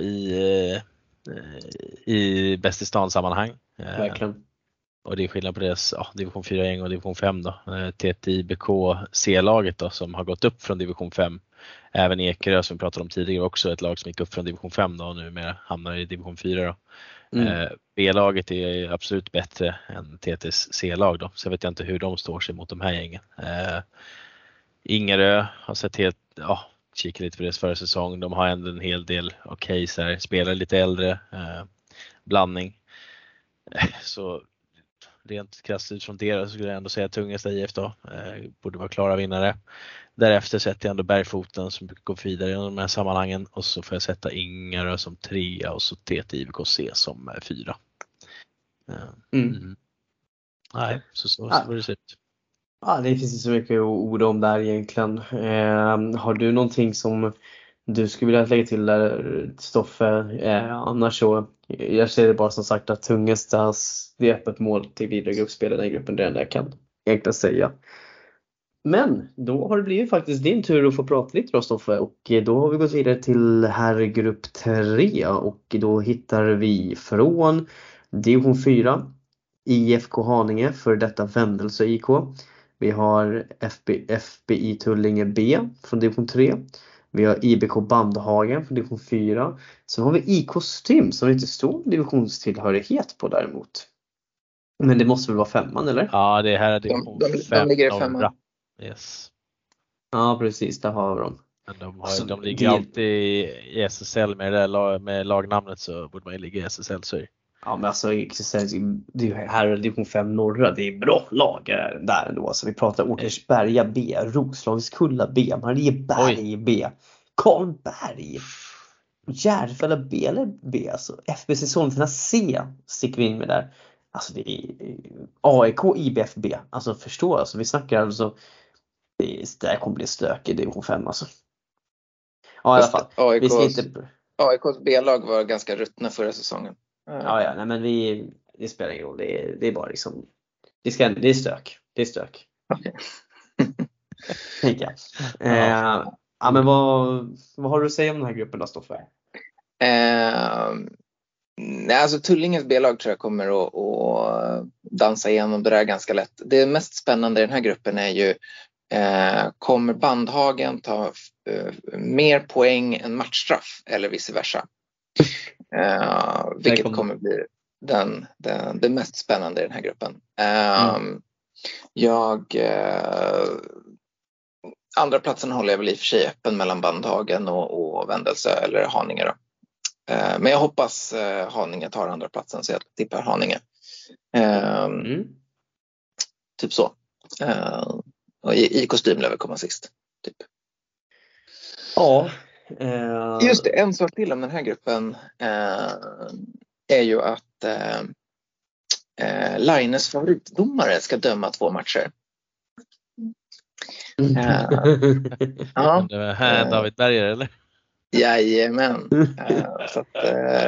i bäst i stan sammanhang. Verkligen. Och det är skillnad på deras division 4-gäng och division 5 då. TTIBK C-laget då som har gått upp från division 5. Även Ekerö som vi pratade om tidigare också ett lag som gick upp från division 5 då och numera hamnar i division 4 då. B-laget är absolut bättre än TTs C-lag då. Så jag vet inte hur de står sig mot de här gängen. Ingarö har sett helt, kika lite på deras förra säsong. De har ändå en hel del så här, spelar lite äldre blandning. Så rent krasst utifrån det så skulle jag ändå säga Tungesta IF då. Borde vara klara vinnare. Därefter sätter jag ändå Bergfoten som går vidare i de här sammanhangen. Och så får jag sätta Ingarö som 3 och så TTIBKC som 4. Nej, så får det se ut. Ja, det finns inte så mycket att orda om där egentligen. Har du någonting som du skulle vilja lägga till där, Stoffe? Annars så, jag ser det bara som sagt att Tungestas det är öppet mål till vidare gruppspel i den gruppen, det är det jag kan egentligen säga. Men då har det blivit faktiskt din tur att få prata lite då, Stoffe, och då har vi gått vidare till här grupp 3 och då hittar vi från division 4 IFK Haninge för detta Vändelse IK. Vi har FBI Tullinge B från division 3. Vi har IBK Bandhagen från division 4. Sen har vi I-kostym som inte står divisionstillhörighet på däremot. Men det måste väl vara 5:an, eller? Ja, det här är division 5. De ligger i 5:an. Yes. Ja, precis. Där har vi dem. Men de ligger alltid i SSL med lagnamnet, så borde man ju ligga i SSL. Så. Ja, men alltså det här är division 5 norra, det är bra lag där ändå. Så vi pratar Åkersberga B, Roslagskulla B, Marieberg B, Karlberg, Järfälla B eller B, alltså FBC Sollentuna C sticker vi in med där. Alltså det är AIK IBFB, alltså förstå, alltså vi snackar alltså det här kommer bli stök i division 5 alltså. Ja, i alla fall. AIKs B-lag var ganska ruttna förra säsongen. Ja, nej, men det spelar ingen roll. Det är bara liksom det är stök. Det är stök. Okej. Tänker jag. Ja, men vad har du att säga om den här gruppen då, Stoffe? Alltså Tullingens B-lag tror jag kommer att dansa igenom det där ganska lätt. Det mest spännande i den här gruppen är ju kommer Bandhagen ta mer poäng än matchstraff eller vice versa? Vilket kommer bli det mest spännande i den här gruppen. Andra platsen håller jag väl i och för sig öppen mellan Bandhagen och Vändelse eller Haninge då. Men jag hoppas Haninge tar andra platsen, så jag tippar Haninge. Typ så. Och i kostym lär vi komma sist. Typ. Ja. Just det, en sak till om den här gruppen är ju att Laines favoritdomare ska döma 2 matcher. Ja, Det var David Berger eller? Jajamän. Så att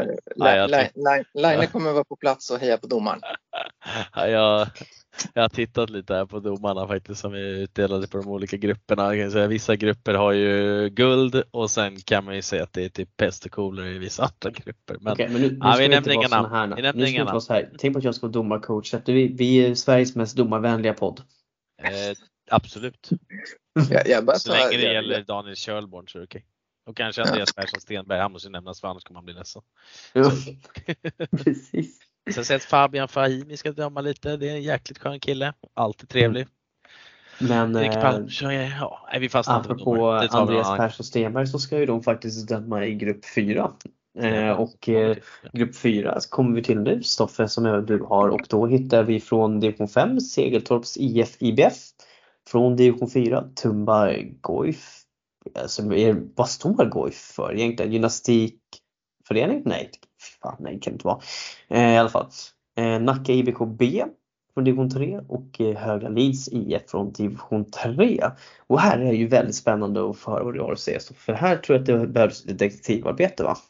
Line kommer vara på plats och heja på domaren. Ja, jag har tittat lite här på domarna faktiskt som är utdelade på de olika grupperna. Jag kan säga, vissa grupper har ju guld och sen kan man ju säga att det är typ pest och kolera i vissa andra grupper. Men, okej, men nu ska vi inte vara såna här. Nu ska inte vara så här. Tänk på att jag ska vara domarcoach. Vi är Sveriges mest domarvänliga podd. Absolut. Så länge det gäller Daniel Kjölborn så är det okej. Och kanske Andreas Persson Stenberg, han måste nämnas för annars kommer man bli ledsen. Ja. Precis. Sen säger att Fabian Fahimi ska döma lite. Det är en jäkligt skön kille. Alltid trevlig. Men vi fastnar apropå Andreas Persson Stenberg så ska ju de faktiskt döma i grupp 4. Grupp 4 så kommer vi till nu, Stoffe, som du har, och då hittar vi från division 5 Segeltorps IF. Från division 4 Tumba Goif. Vad står Goif för egentligen? Gymnastikförening? Nej, det kan inte vara. I alla fall. Nacka IBK B från division 3 och Höga Lids IF från division 3. Och här är det ju väldigt spännande att få höra vad du har att säga. Så för här tror jag att det behövs detektivarbete, va?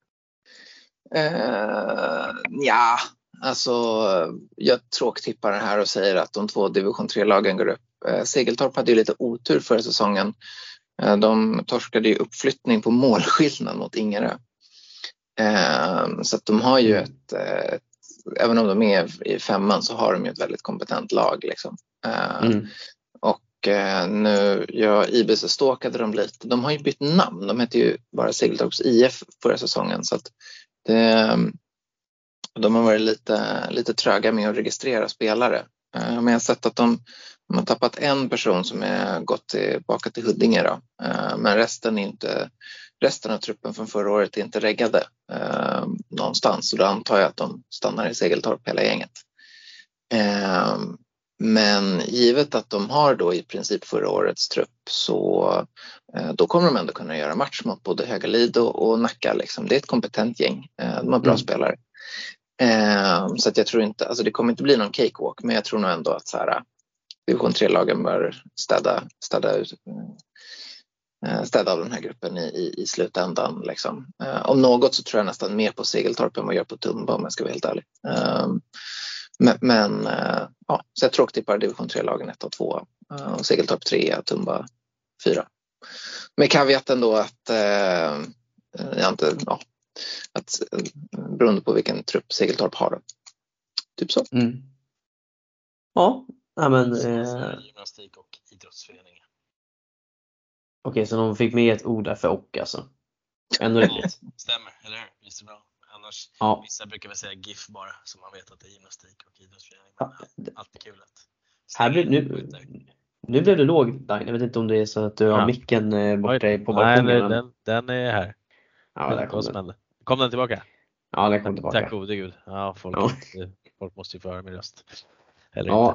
Ja, alltså jag tråktippar det här och säger att de 2 division 3-lagen går upp. Segeltorp hade ju lite otur förra säsongen. De torskade ju uppflyttning på målskillnad mot Ingerö. Så att de har ju även om de är i 5:an så har de ju ett väldigt kompetent lag liksom. Och nu IBC stalkade de lite. De har ju bytt namn. De heter ju bara Segeltorps IF förra säsongen, så att de har varit lite tröga med att registrera spelare. Men jag har sett att de har tappat en person som är gått tillbaka till Huddinge då. Men resten av truppen från förra året är inte reggade någonstans. Så då antar jag att de stannar i Segeltorp hela gänget. Men givet att de har då i princip förra årets trupp så då kommer de ändå kunna göra match mot både Högalid och Nacka. Liksom. Det är ett kompetent gäng. De har bra spelare. Så att jag tror inte, alltså det kommer inte bli någon cakewalk, men jag tror nog ändå att så här, division 3-lagen bör städa av den här gruppen i slutändan liksom. Om något så tror jag nästan mer på Segeltorp än vad jag gör på Tumba, om jag ska vara helt ärlig. Men så jag tråktippar division 3-lagen 1 och 2 och Segeltorp 3, Tumba 4. Med caveaten då att att beroende på vilken trupp Segeltorp har då. Typ så. Ja, men gymnastik och idrottsförening. Okej, så de fick med ett ord där för och alltså. Ändå rimligt. Stämmer, eller hur? Visst är bra. Annars, vissa brukar väl säga GIF bara, så man vet att det är gymnastik och idrottsförening. Allt är kul att... Nu blev det låg, Line. Jag vet inte om det är så att du har micken borta på balkongen. Nej, den är här. Ja, där kom den. Kom den tillbaka? Ja, den kom tillbaka. Tack gode gud. Ja, folk måste ju få höra min röst. Eller inte.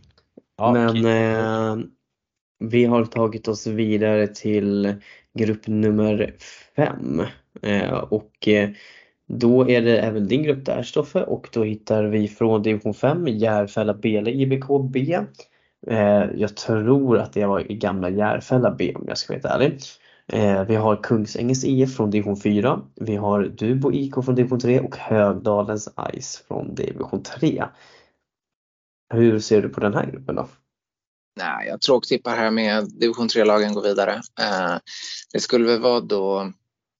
Men vi har tagit oss vidare till grupp nummer 5. Och då är det även din grupp där, Stoffe. Och då hittar vi från division 5 Järfälla Bele IBK B. Jag tror att det var i gamla Järfälla B, om jag ska vara ärlig. Vi har Kungsängens IF från division 4. Vi har Dubo IK från division 3 och Högdalens Ice från division 3. Hur ser du på den här gruppen då? Nej, jag tråktippar här med division 3-lagen går vidare. Det skulle väl vara då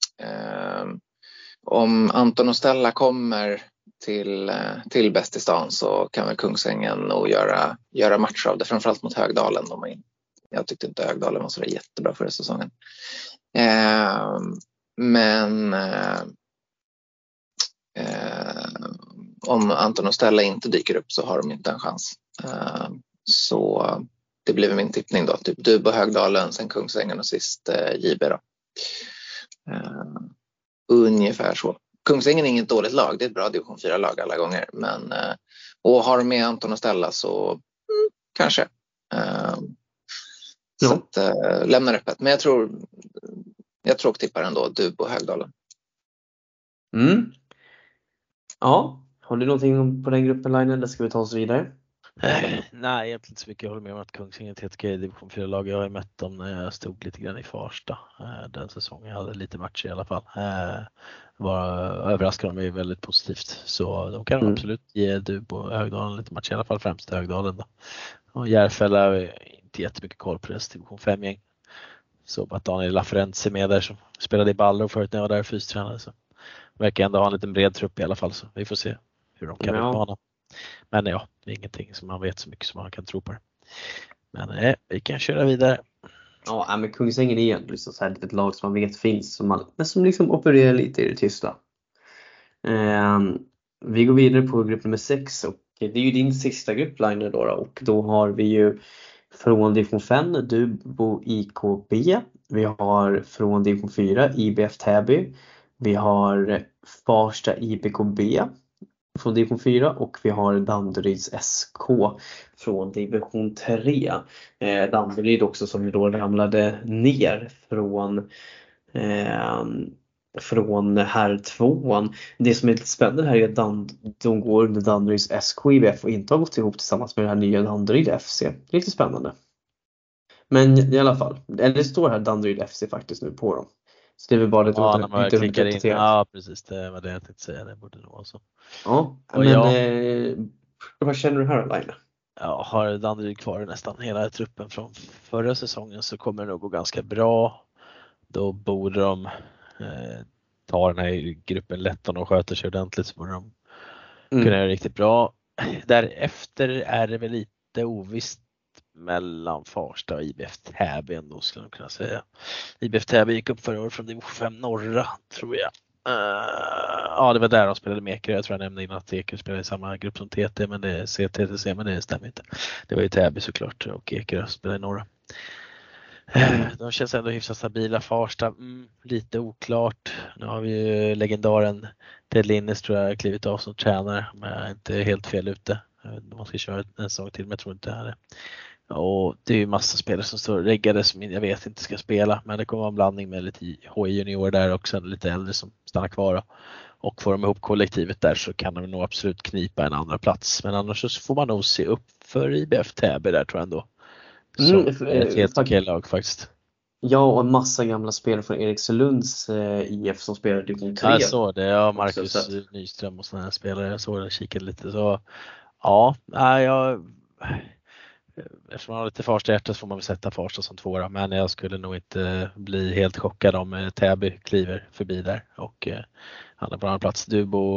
om Anton och Stella kommer till bäst i stan så kan väl Kungsängen nog göra matcher av det, framförallt mot Högdalen. Jag tyckte inte Högdalen var så jättebra förra säsongen. Men om Anton och Stella inte dyker upp så har de inte en chans. Så det blir min tippning då. Typ Dubo, Högdalen, sen Kungsängen och sist JB då. Ungefär så. Kungsängen är inget dåligt lag. Det är ett bra division 4-lag alla gånger. Men, och har de med Anton och Stella så kanske. Så att, lämnar öppet. Men jag tråktippar ändå Dubo och Högdalen. Ja, Har du någonting på den gruppen, Line, eller ska vi ta oss vidare? Nej, egentligen inte så mycket. Jag håller med om att Kungsängen är ett helt okej division 4-lag. Jag har ju mött dem när jag stod lite grann i Farsta den säsongen. Jag hade lite matcher i alla fall. Överraskade de mig väldigt positivt. Så de kan absolut ge Dub och Högdalen lite matcher, i alla fall främst Högdalen då. Och Järfälla är inte jättemycket koll på deras division 5-gäng. Så att Daniel Lafferentz är med där, som spelade i Ballo förut när jag var där fystränare. Så verkar ändå ha en liten bred trupp i alla fall, så vi får se hur de kan utmana. Men ja, det är ingenting som man vet så mycket som man kan tro på det. Men vi kan köra vidare. Ja, men Kungsängen är ju liksom så här ett lag som man vet finns, men som liksom opererar lite i det tysta. Vi går vidare på grupp nummer 6 och det är ju din sista gruppliner då, och då har vi ju från division 5 Dubo IKB, vi har från division 4 IBF Täby, vi har Farsta IBKB från division 4 och vi har Danderyds SK från division 3. Danderyd också som då ramlade ner från här 2:an. Det som är lite spännande här är att de går under Danderyds SK IBF och inte har gått ihop tillsammans med det här nya Danderyd FC. Lite spännande. Men i alla fall, det står här Danderyd FC faktiskt nu på dem. Så det är väl bara lite när man klickar in. Ja, precis, det var det jag tänkte säga. Det borde nog vara så. Ja, och men vad känner du här, Laila? Ja, har Danderyd kvar nästan hela truppen från förra säsongen så kommer det nog gå ganska bra. Då borde de ta den här gruppen lätt om de sköter sig ordentligt, så borde de kunna göra riktigt bra. Därefter är det väl lite ovisst mellan Farsta och IBF Täby ändå, skulle man kunna säga. IBF Täby gick upp förra året från division 5 norra, tror jag. Ja, det var där de spelade med Ekerö. Jag tror jag nämnde innan att Ekerö spelade i samma grupp som TT, men det är CTTC, men det stämmer inte. Det var ju Täby såklart, och Ekerö spelade i norra. De känns ändå hyfsat stabila. Farsta, lite oklart. Nu har vi ju legendaren Ted Linnes, tror jag, klivit av som tränare, men jag är inte helt fel ute. Man ska köra en säsong till, men jag tror inte det här är. Och det är ju massa spelare som står reggade som jag vet inte ska spela, men det kommer vara en blandning med lite HI junior där och sen lite äldre som stannar kvar. Och får de ihop kollektivet där så kan de nog absolut knipa en andra plats. Men annars så får man nog se upp för IBF Täby där, tror jag ändå. Som ett helt okej lag faktiskt. Ja, och en massa gamla spelare från Erikslunds IF som spelar division 3. Jag såg det, ja, Marcus Nyström och sådana här spelare. Jag såg det, kikade lite. Så ja, eftersom man har lite Farsta hjärta så får man väl sätta Farsta som 2, men jag skulle nog inte bli helt chockad om Täby kliver förbi där och han är på annan plats.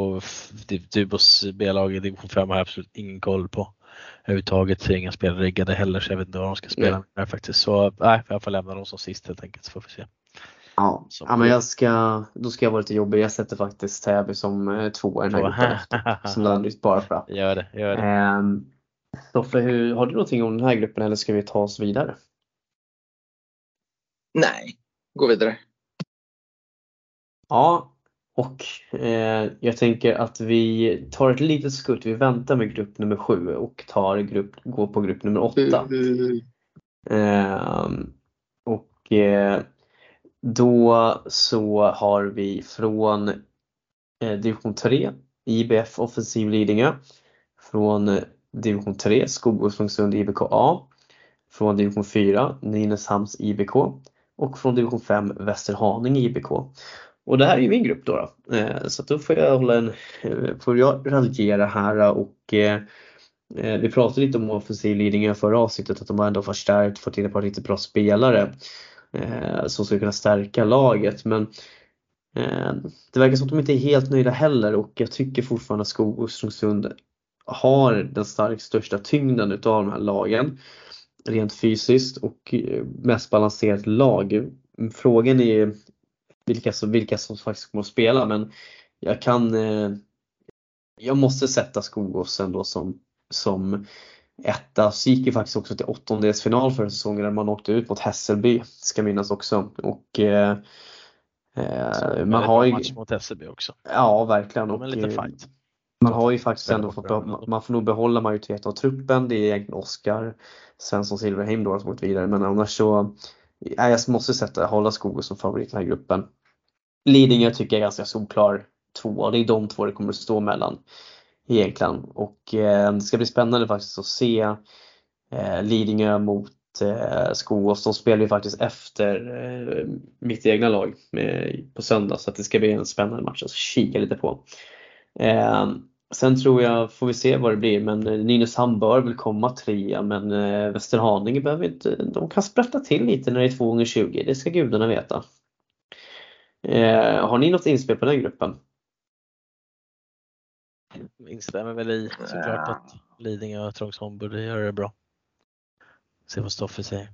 Dubos B-lag i division 5 har jag absolut ingen koll på överhuvudtaget. Inga spelare riggade heller, så jag vet inte vad de ska spela med faktiskt. Så jag får lämna dem som sist helt enkelt, så får vi se. Ja, men då ska jag vara lite jobbig. Jag sätter faktiskt Täby som 2 i den här gruppen som Danderyd bara för att. Gör det. Stoffe, har du någonting om den här gruppen eller ska vi ta oss vidare? Nej, gå vidare. Ja, och jag tänker att vi tar ett litet skutt. Vi väntar med grupp nummer 7 och går på grupp nummer 8. Då så har vi från division 3 IBF Offensiv Lidingö, från division 3 Skogåsungsund IBKA, från division 4 Nynäshamns IBK och från division 5 Västerhaninge IBK. Och det här är ju min grupp då. Så då får jag raljera här och vi pratade lite om Offensiv Lidingö förra avsnittet, att de har ändå förstärkt, fått in ett par riktigt bra spelare som ska kunna stärka laget, men det verkar som att de inte är helt nöjda heller, och jag tycker fortfarande att Skogåsungsund har den största tyngden utav de här lagen rent fysiskt och mest balanserat lag. Frågan är vilka som faktiskt kommer att spela, men jag måste sätta Skogås ändå som etta. Så gick ju faktiskt också till 8-delsfinal för säsongen där man åkte ut mot Hässelby, ska minnas också, och man har ju match mot Hässelby också. Ja, verkligen. Och en liten fight. Man har ju faktiskt ändå man får nog behålla majoriteten av truppen. Det är egentligen Oskar Svensson Silverheim då som gått vidare, men annars så jag måste hålla Skogås som favorit i den här gruppen. Lidingö tycker jag är ganska solklar 2. Det är de 2 det kommer att stå mellan. egentligen. Och det ska bli spännande faktiskt att se Lidingö mot Skogås. De spelar ju faktiskt efter mitt egna lag på söndag, så att det ska bli en spännande match att kika lite på. Sen tror jag, får vi se vad det blir, men Nynäshamn bör väl komma 3, men Västerhaninge behöver inte, de kan sprätta till lite när det är 2x20, det ska gudarna veta. Har ni något inspel på den gruppen? Instämmer väl i såklart att Lidingö och Trångsholm borde göra det bra. Se vad Stoffe säger.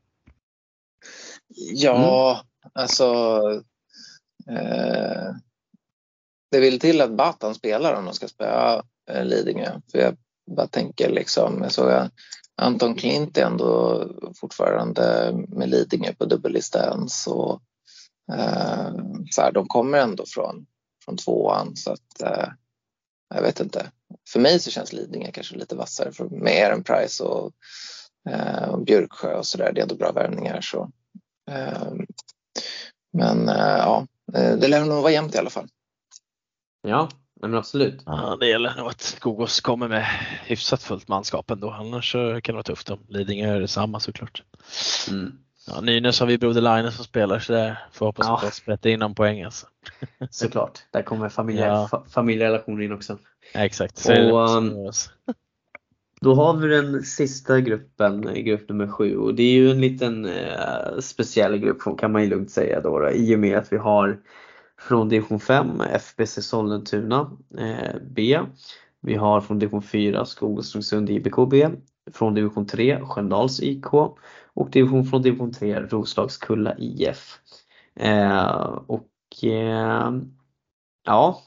Ja, alltså det vill till att Batan spelar om de ska spela Lidingö. För jag bara tänker liksom, jag såg Anton Klint är ändå fortfarande med Lidingö på dubbellisten, så här, de kommer ändå från 2:an, så att jag vet inte. För mig så känns Lidingö kanske lite vassare med Ehrenpreis och Björksjö och sådär. Det är ändå bra värvningar, så men ja, det lär nog vara jämnt i alla fall. Ja, men absolut. Ja, det gäller nog att Skogås kommer med hyfsat fullt manskap ändå. Annars kan det vara tufft om Lidingö är detsamma såklart. Ja, Nynäs har vi broder Linus som spelar, så där får hoppas att det sprätter in någon poäng alltså. Såklart, där kommer familjerelationer in också. Ja, exakt. Och då har vi den sista gruppen, grupp nummer 7, och det är ju en liten speciell grupp kan man ju lugnt säga då, i och med att vi har från division 5 FBC Sollentuna B. Vi har från division 4 Skogås IBK B. Från division 3 Sköndals IK. Och från division 3 Roslagskulla IF. Ja.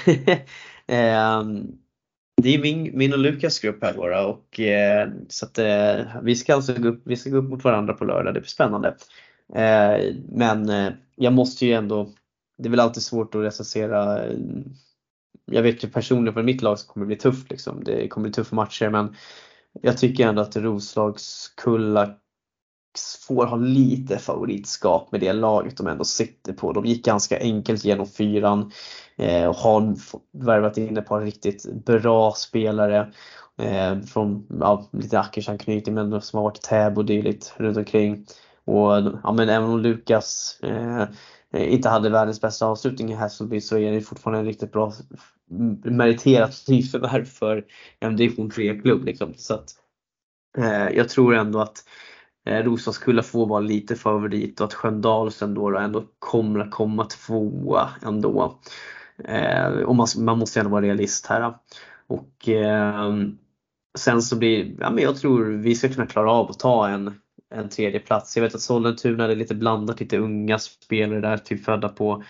Det är min och Lukas grupp här då, och så att vi ska gå upp mot varandra på lördag. Det blir spännande. Men jag måste ju ändå, det är väl alltid svårt att recensera. Jag vet ju personligen för mitt lag så kommer det bli tufft liksom. Det kommer bli tuffa matcher, men jag tycker ändå att Roslagskulla får ha lite favoritskap med det laget de ändå sitter på. De gick ganska enkelt genom 4:an och har värvat in ett par riktigt bra spelare från lite Ackersanknytning, men som har varit i Täby och dylikt runt omkring. Och ja, men även om Lukas inte hade världens bästa avslutning i Hässelby, så är det fortfarande en riktigt bra meriterat nyförvärv för en division 3-klubb liksom. Så att jag tror ändå att Roslagskulla får vara lite favorit, och att Sköndalsen då ändå kommer att komma 2 ändå. Och man måste ändå vara realist här. Och sen så blir, ja, men jag tror vi ska kunna klara av att ta en tredje plats. Jag vet att Sollentuna är lite blandat, lite unga spelare där, typ födda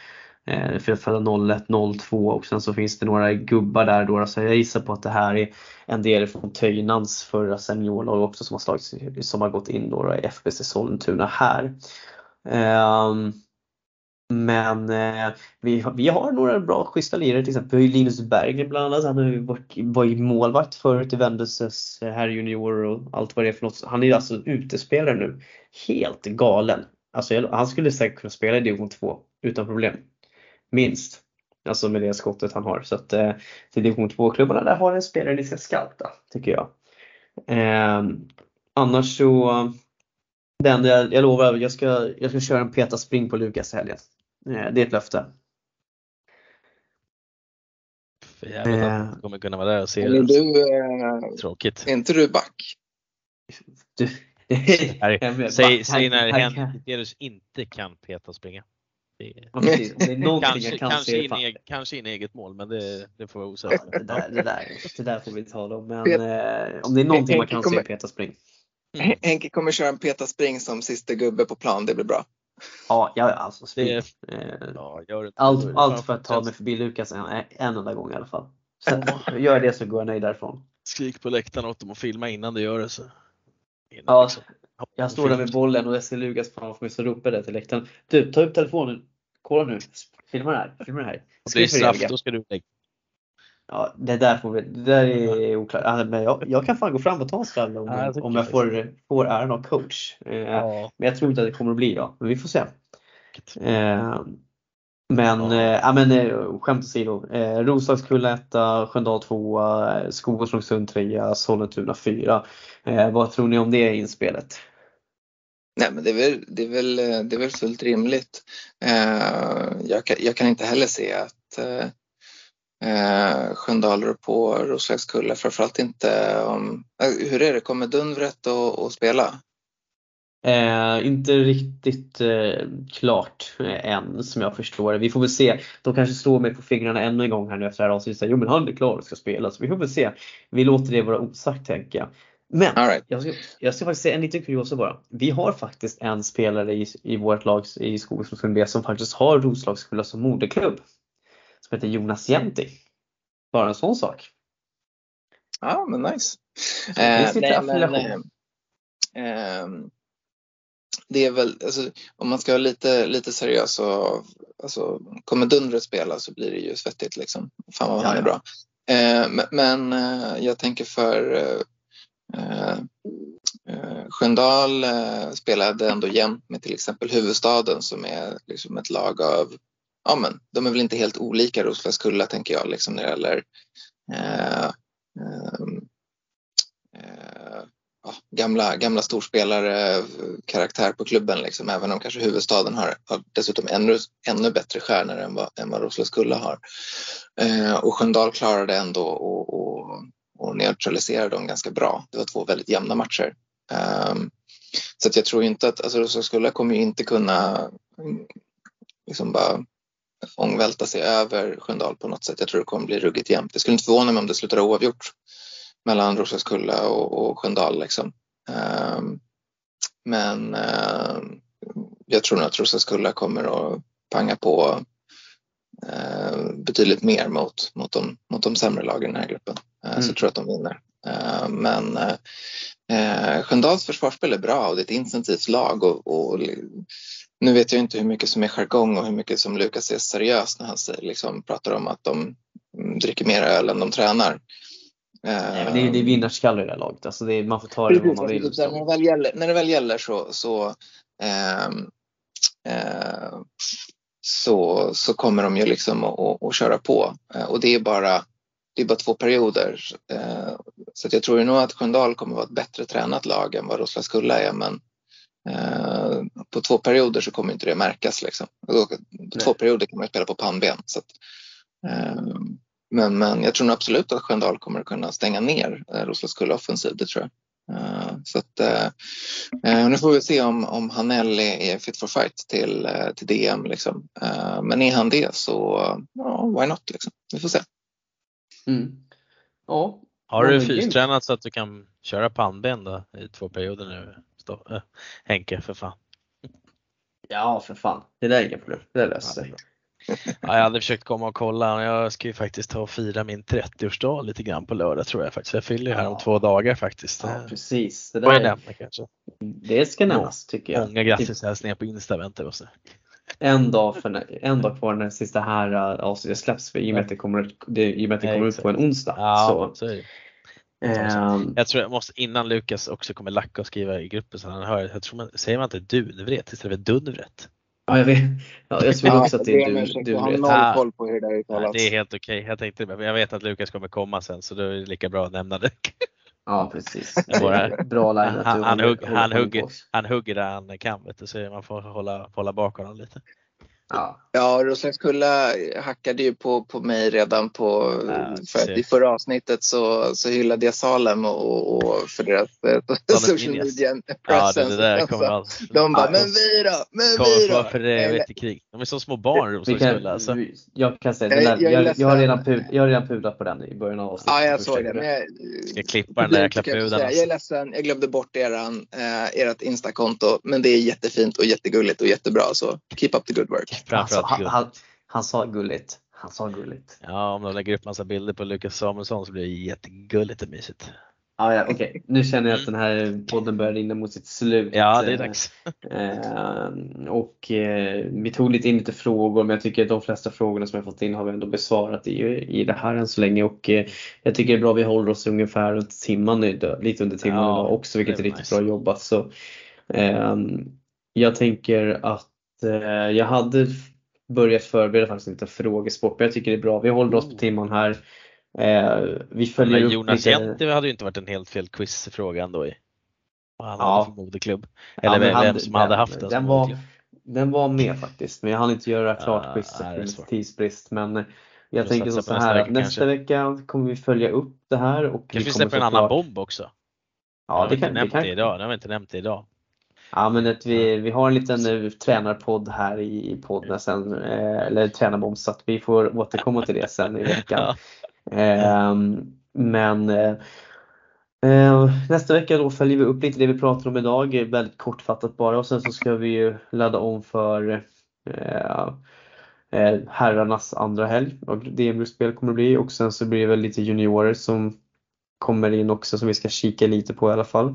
01, 02, och sen så finns det några gubbar där då, så jag gissar på att det här är en del från Töjnans förra seniorlag också som har gått in då i FBC Sollentuna här. Men vi har några bra schyssta lirare, till exempel Linus Berggren bland annat. Han har ju var ju målvakt förut i Vendelses här junior och allt vad det är för något. Han är ju alltså utespelare nu. Helt galen. Alltså han skulle säkert kunna spela i division 2 utan problem. Minst. Alltså med det skottet han har. Så att till division 2-klubbarna där har en spelare ni ska scouta, tycker jag. Annars så jag lovar, jag ska köra en peta spring på Lukas i helgen. Det är ett löfte. För jag vet att du kommer kunna vara där och se det. Tråkigt. Är inte du back? Säg när Henrikus inte kan peta och springa. Det är någonting jag kan se. Kanske in eget mål, men det får vara osäkert. Det där får vi tala om. Men om det är någonting man kan se, peta spring. Henke kommer köra en peta spring som sista gubbe på plan, det blir bra. Ja, alltså spring. Allt för att ta mig förbi Lukas en enda gång i alla fall. Så gör det, så går jag nöjd därifrån. Skrik på läktaren åt dem och filma innan du gör det, så. Ja, jag står där med bollen och jag ser Lukas framför mig, så ropar det till läktaren. Du, ta upp telefonen. Kolla nu. Filma det här. Om det är straff, då ska du lägga. Ja, det där är oklart. Alltså, men jag kan fan gå fram och ta en straff om jag får äran av coach. Men jag tror inte att det kommer att bli, men vi får se. Men, skämt åsido. Roslagskulla 1, Sköndal 2, Skogaslångsund 3, Sollentuna 4. Vad tror ni om det inspelet? Nej, men det är väl fullt rimligt. Jag kan inte heller se att Sköndal rör på Roslagskulla, framförallt inte om... Hur är det? Kommer Dundvret att spela? Inte riktigt klart än, som jag förstår. Vi får väl se. De kanske slår mig på fingrarna ännu en gång här nu efter det här avsnittet. Jo, men han är klar och ska spela. Så vi får väl se. Vi låter det vara osagt, tänker jag. Men right. jag ska faktiskt säga en liten kuriosa bara. Vi har faktiskt en spelare i vårt lag i Skogaslångsund B som faktiskt har Roslagskulla som moderklubb. Som heter Jonas Jenti. Bara en sån sak. Ja, men nice. Det är väl, alltså, om man ska vara lite seriös så, alltså, kommer Dundret spela så blir det ju svettigt liksom. Fan vad han är bra. Men jag tänker för Sköndal spelade ändå jämnt med till exempel Huvudstaden som är liksom ett lag av, ja men de är väl inte helt olika Roslagskulla tänker jag liksom när det gäller gamla storspelare karaktär på klubben liksom, även om kanske Huvudstaden har dessutom ännu bättre stjärnor än vad Roslagskulla har. Och Sköndal klarade ändå och neutralisera dem ganska bra. Det var 2 väldigt jämna matcher. Så att jag tror inte att alltså Roslagskulla kommer ju inte kunna liksom bara ångvälta sig över Sköndal på något sätt. Jag tror det kommer bli ruggigt jämnt. Det skulle inte förvåna mig om det slutar oavgjort mellan Roslagskulla och Sköndal liksom. Men jag tror nog att Roslagskulla kommer att panga på betydligt mer mot de sämre lagen i den här gruppen. Så jag tror att de vinner. Men Sköndals försvarsspel är bra och det är ett intensivt lag och nu vet jag inte hur mycket som är jargong och hur mycket som Lukas är seriös när han liksom pratar om att de dricker mer öl än de tränar. Nej, men det är vinnarskallar i det här laget. Alltså man får ta det vad man vill. När det väl gäller så kommer de ju liksom att köra på. Och det är bara 2 perioder. Så att jag tror nog att Sköndal kommer att vara ett bättre tränat lag än vad Roslagskulla är. Men på 2 perioder så kommer inte det märkas. Liksom. På 2 perioder kan man spela på pannben. Så att, men jag tror nog absolut att Sköndal kommer att kunna stänga ner Roslagskulla offensivt, det tror jag. Så att nu får vi se om Hanell är fit for fight till DM liksom. Men är han det så why not liksom. Vi får se. Ja. Har du fystränat så att du kan köra pannben då i 2 perioder nu? Henke, för fan. Ja, för fan. Det där är inga problem. Det löser sig. Ja, jag hade försökt komma och kolla. Jag ska ju faktiskt ta och fira min 30-årsdag lite grann på lördag tror jag faktiskt. Jag fyller ju här om 2 dagar faktiskt. Ja, precis. Det där nämna, kanske. Det ska nämnas tycker jag. Många grattishälsningar på Insta väntar oss nu. En dag kvar när sista här avsnittet släpps i och med att det kommer ut på en onsdag. Ja, så är det. Jag tror jag måste innan Lukas också kommer lacka och skriva i gruppen så han hör. Jag tror säger man inte Dunvret istället för Dunvret. Ja, jag vet. Ja, jag tror också att det är Dunvret. Jag har noll koll på hur det är uttalat. Det är helt okej. Jag tänkte det, men jag vet att Lukas kommer komma sen så då är det lika bra att nämna det. Ja, precis. Bra line. Han hugger där han kan, vet du, så man får hålla bak honom lite. Ja, Roslagskulla hackade ju på mig redan för att i förra avsnittet så hyllade jag Salem och för deras social media presence. Det där kommer de bara, men vi då? För det vet i krig. De är så små barn Roslagskulla. Alltså. Jag kan säga, jag har redan pudlat på den i början av avsnittet. Ja, jag såg det. Ska klippa den där jäkla pudan. Jag är ledsen, jag glömde bort ert Insta-konto, men det är jättefint och jättegulligt och jättebra, så keep up the good work. Han sa gulligt. Ja, om de lägger upp massa bilder på Lukas Samuelsson så blir det jättegulligt och mysigt. Ja, okej. Nu känner jag att den här podden börjar rinna mot sitt slut. Ja, det är dags. Och vi tog lite frågor, men jag tycker att de flesta frågorna som jag fått in har vi ändå besvarat i det här än så länge. Och jag tycker det är bra vi håller oss ungefär runt timman nu, lite under timman idag också, vilket är riktigt bra jobbat. Så jag tänker att jag hade börjat förbereda faktiskt lite frågesport. Men jag tycker det är bra. Vi håller oss på timman här. Vi följer upp Jonas lite. Jente hade ju inte varit en helt fel quizfråga ändå i vad han hade för moderklubb. Ja, Eller men vem som hade haft den som moderklubb. Den var med faktiskt, men jag hann inte göra klart quizet med tidsbrist. Men jag tänker så här att nästa vecka kommer vi följa upp det här. Och kanske vi släpper en annan bomb också. Ja, det kan. Det har vi inte nämnt idag. Ja, men vi har en liten tränarpodd här i podden sen, eller tränarbomb, så att vi får återkomma till det sen i veckan. Men nästa vecka då följer vi upp lite det vi pratar om idag, väldigt kortfattat bara, och sen så ska vi ju ladda om för herrarnas andra helg och DM-spel kommer det bli, och sen så blir det väl lite juniorer som kommer in också som vi ska kika lite på i alla fall.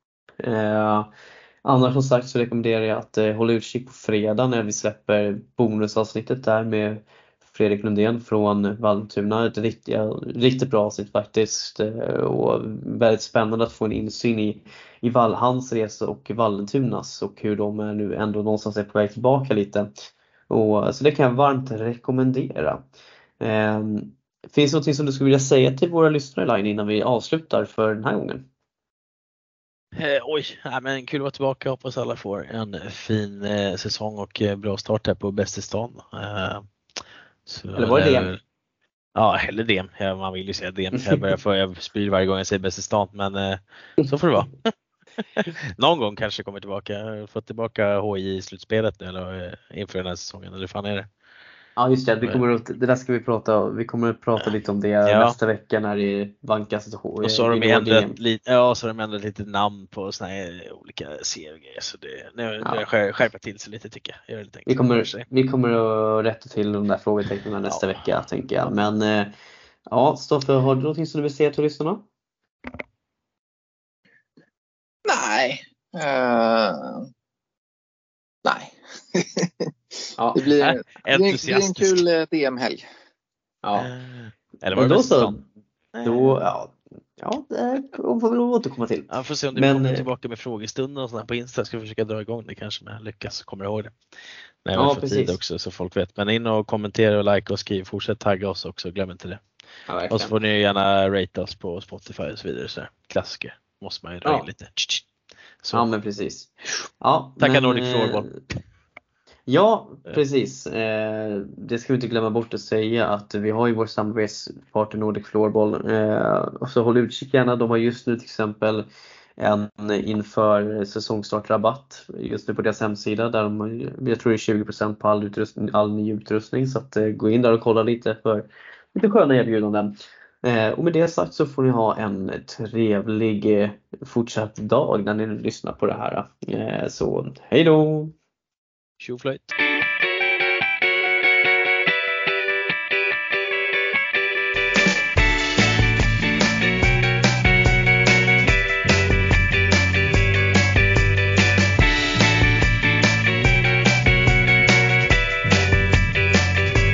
Annars som sagt så rekommenderar jag att hålla utkik på fredag när vi släpper bonusavsnittet där med Fredrik Lundén från Vallentuna. Ett riktigt bra avsnitt faktiskt, och väldigt spännande att få en insyn i hans resa och Vallentunas och hur de är nu ändå någonstans är på väg tillbaka lite. Och, så det kan jag varmt rekommendera. Finns det något som du skulle vilja säga till våra lyssnare Line innan vi avslutar för den här gången? Men kul att vara tillbaka. Hoppas alla får en fin säsong och bra start här på Bäst i stan. Eller var det DM? Ja, eller DM. Man vill ju säga DM. Jag spyr varje gång jag säger Bäst i stan, men så får det vara. Någon gång kanske kommer tillbaka. Jag har fått tillbaka HI i slutspelet nu, eller inför den här säsongen, eller fan är det? Ja just det, det där ska vi kommer att prata lite om det nästa vecka när det vankas ett HI. Och så har de ändrat lite namn på såna här olika serier, så nu skärpa till sig lite tycker jag. Vi kommer att rätta till de där frågetecknen nästa vecka tänker jag. Men Stoffe, har du någonting som du vill säga till lyssnarna? Nej. Nej. Det blir en kul DM-helg. Ja. Eller var det då så? Det får vi återkomma till. Ja, får se om du kommer tillbaka med frågestunder och sådär på Insta. Ska försöka dra igång det kanske, med lyckas kommer ihåg det. Nej, jag får tid också så folk vet. Men in och kommentera och like och skriv. Fortsätt tagga oss också, glöm inte det. Ja, och så får ni gärna rate oss på Spotify och så vidare. Så där. Klassiker måste man ju dra in lite. Så. Ja, men precis. Tacka Nordic Floorball. Ja, precis. Det ska vi inte glömma bort att säga att vi har ju vår samarbetspartner Nordic Floorball. Och så håll utkik gärna. De har just nu till exempel en inför säsongstartrabatt just nu på deras hemsida. Där jag tror det är 20% på all ny utrustning. Så att, gå in där och kolla lite för lite sköna erbjudanden. Och med det sagt så får ni ha en trevlig fortsatt dag när ni lyssnar på det här. Så hej då! Tjoflöjt!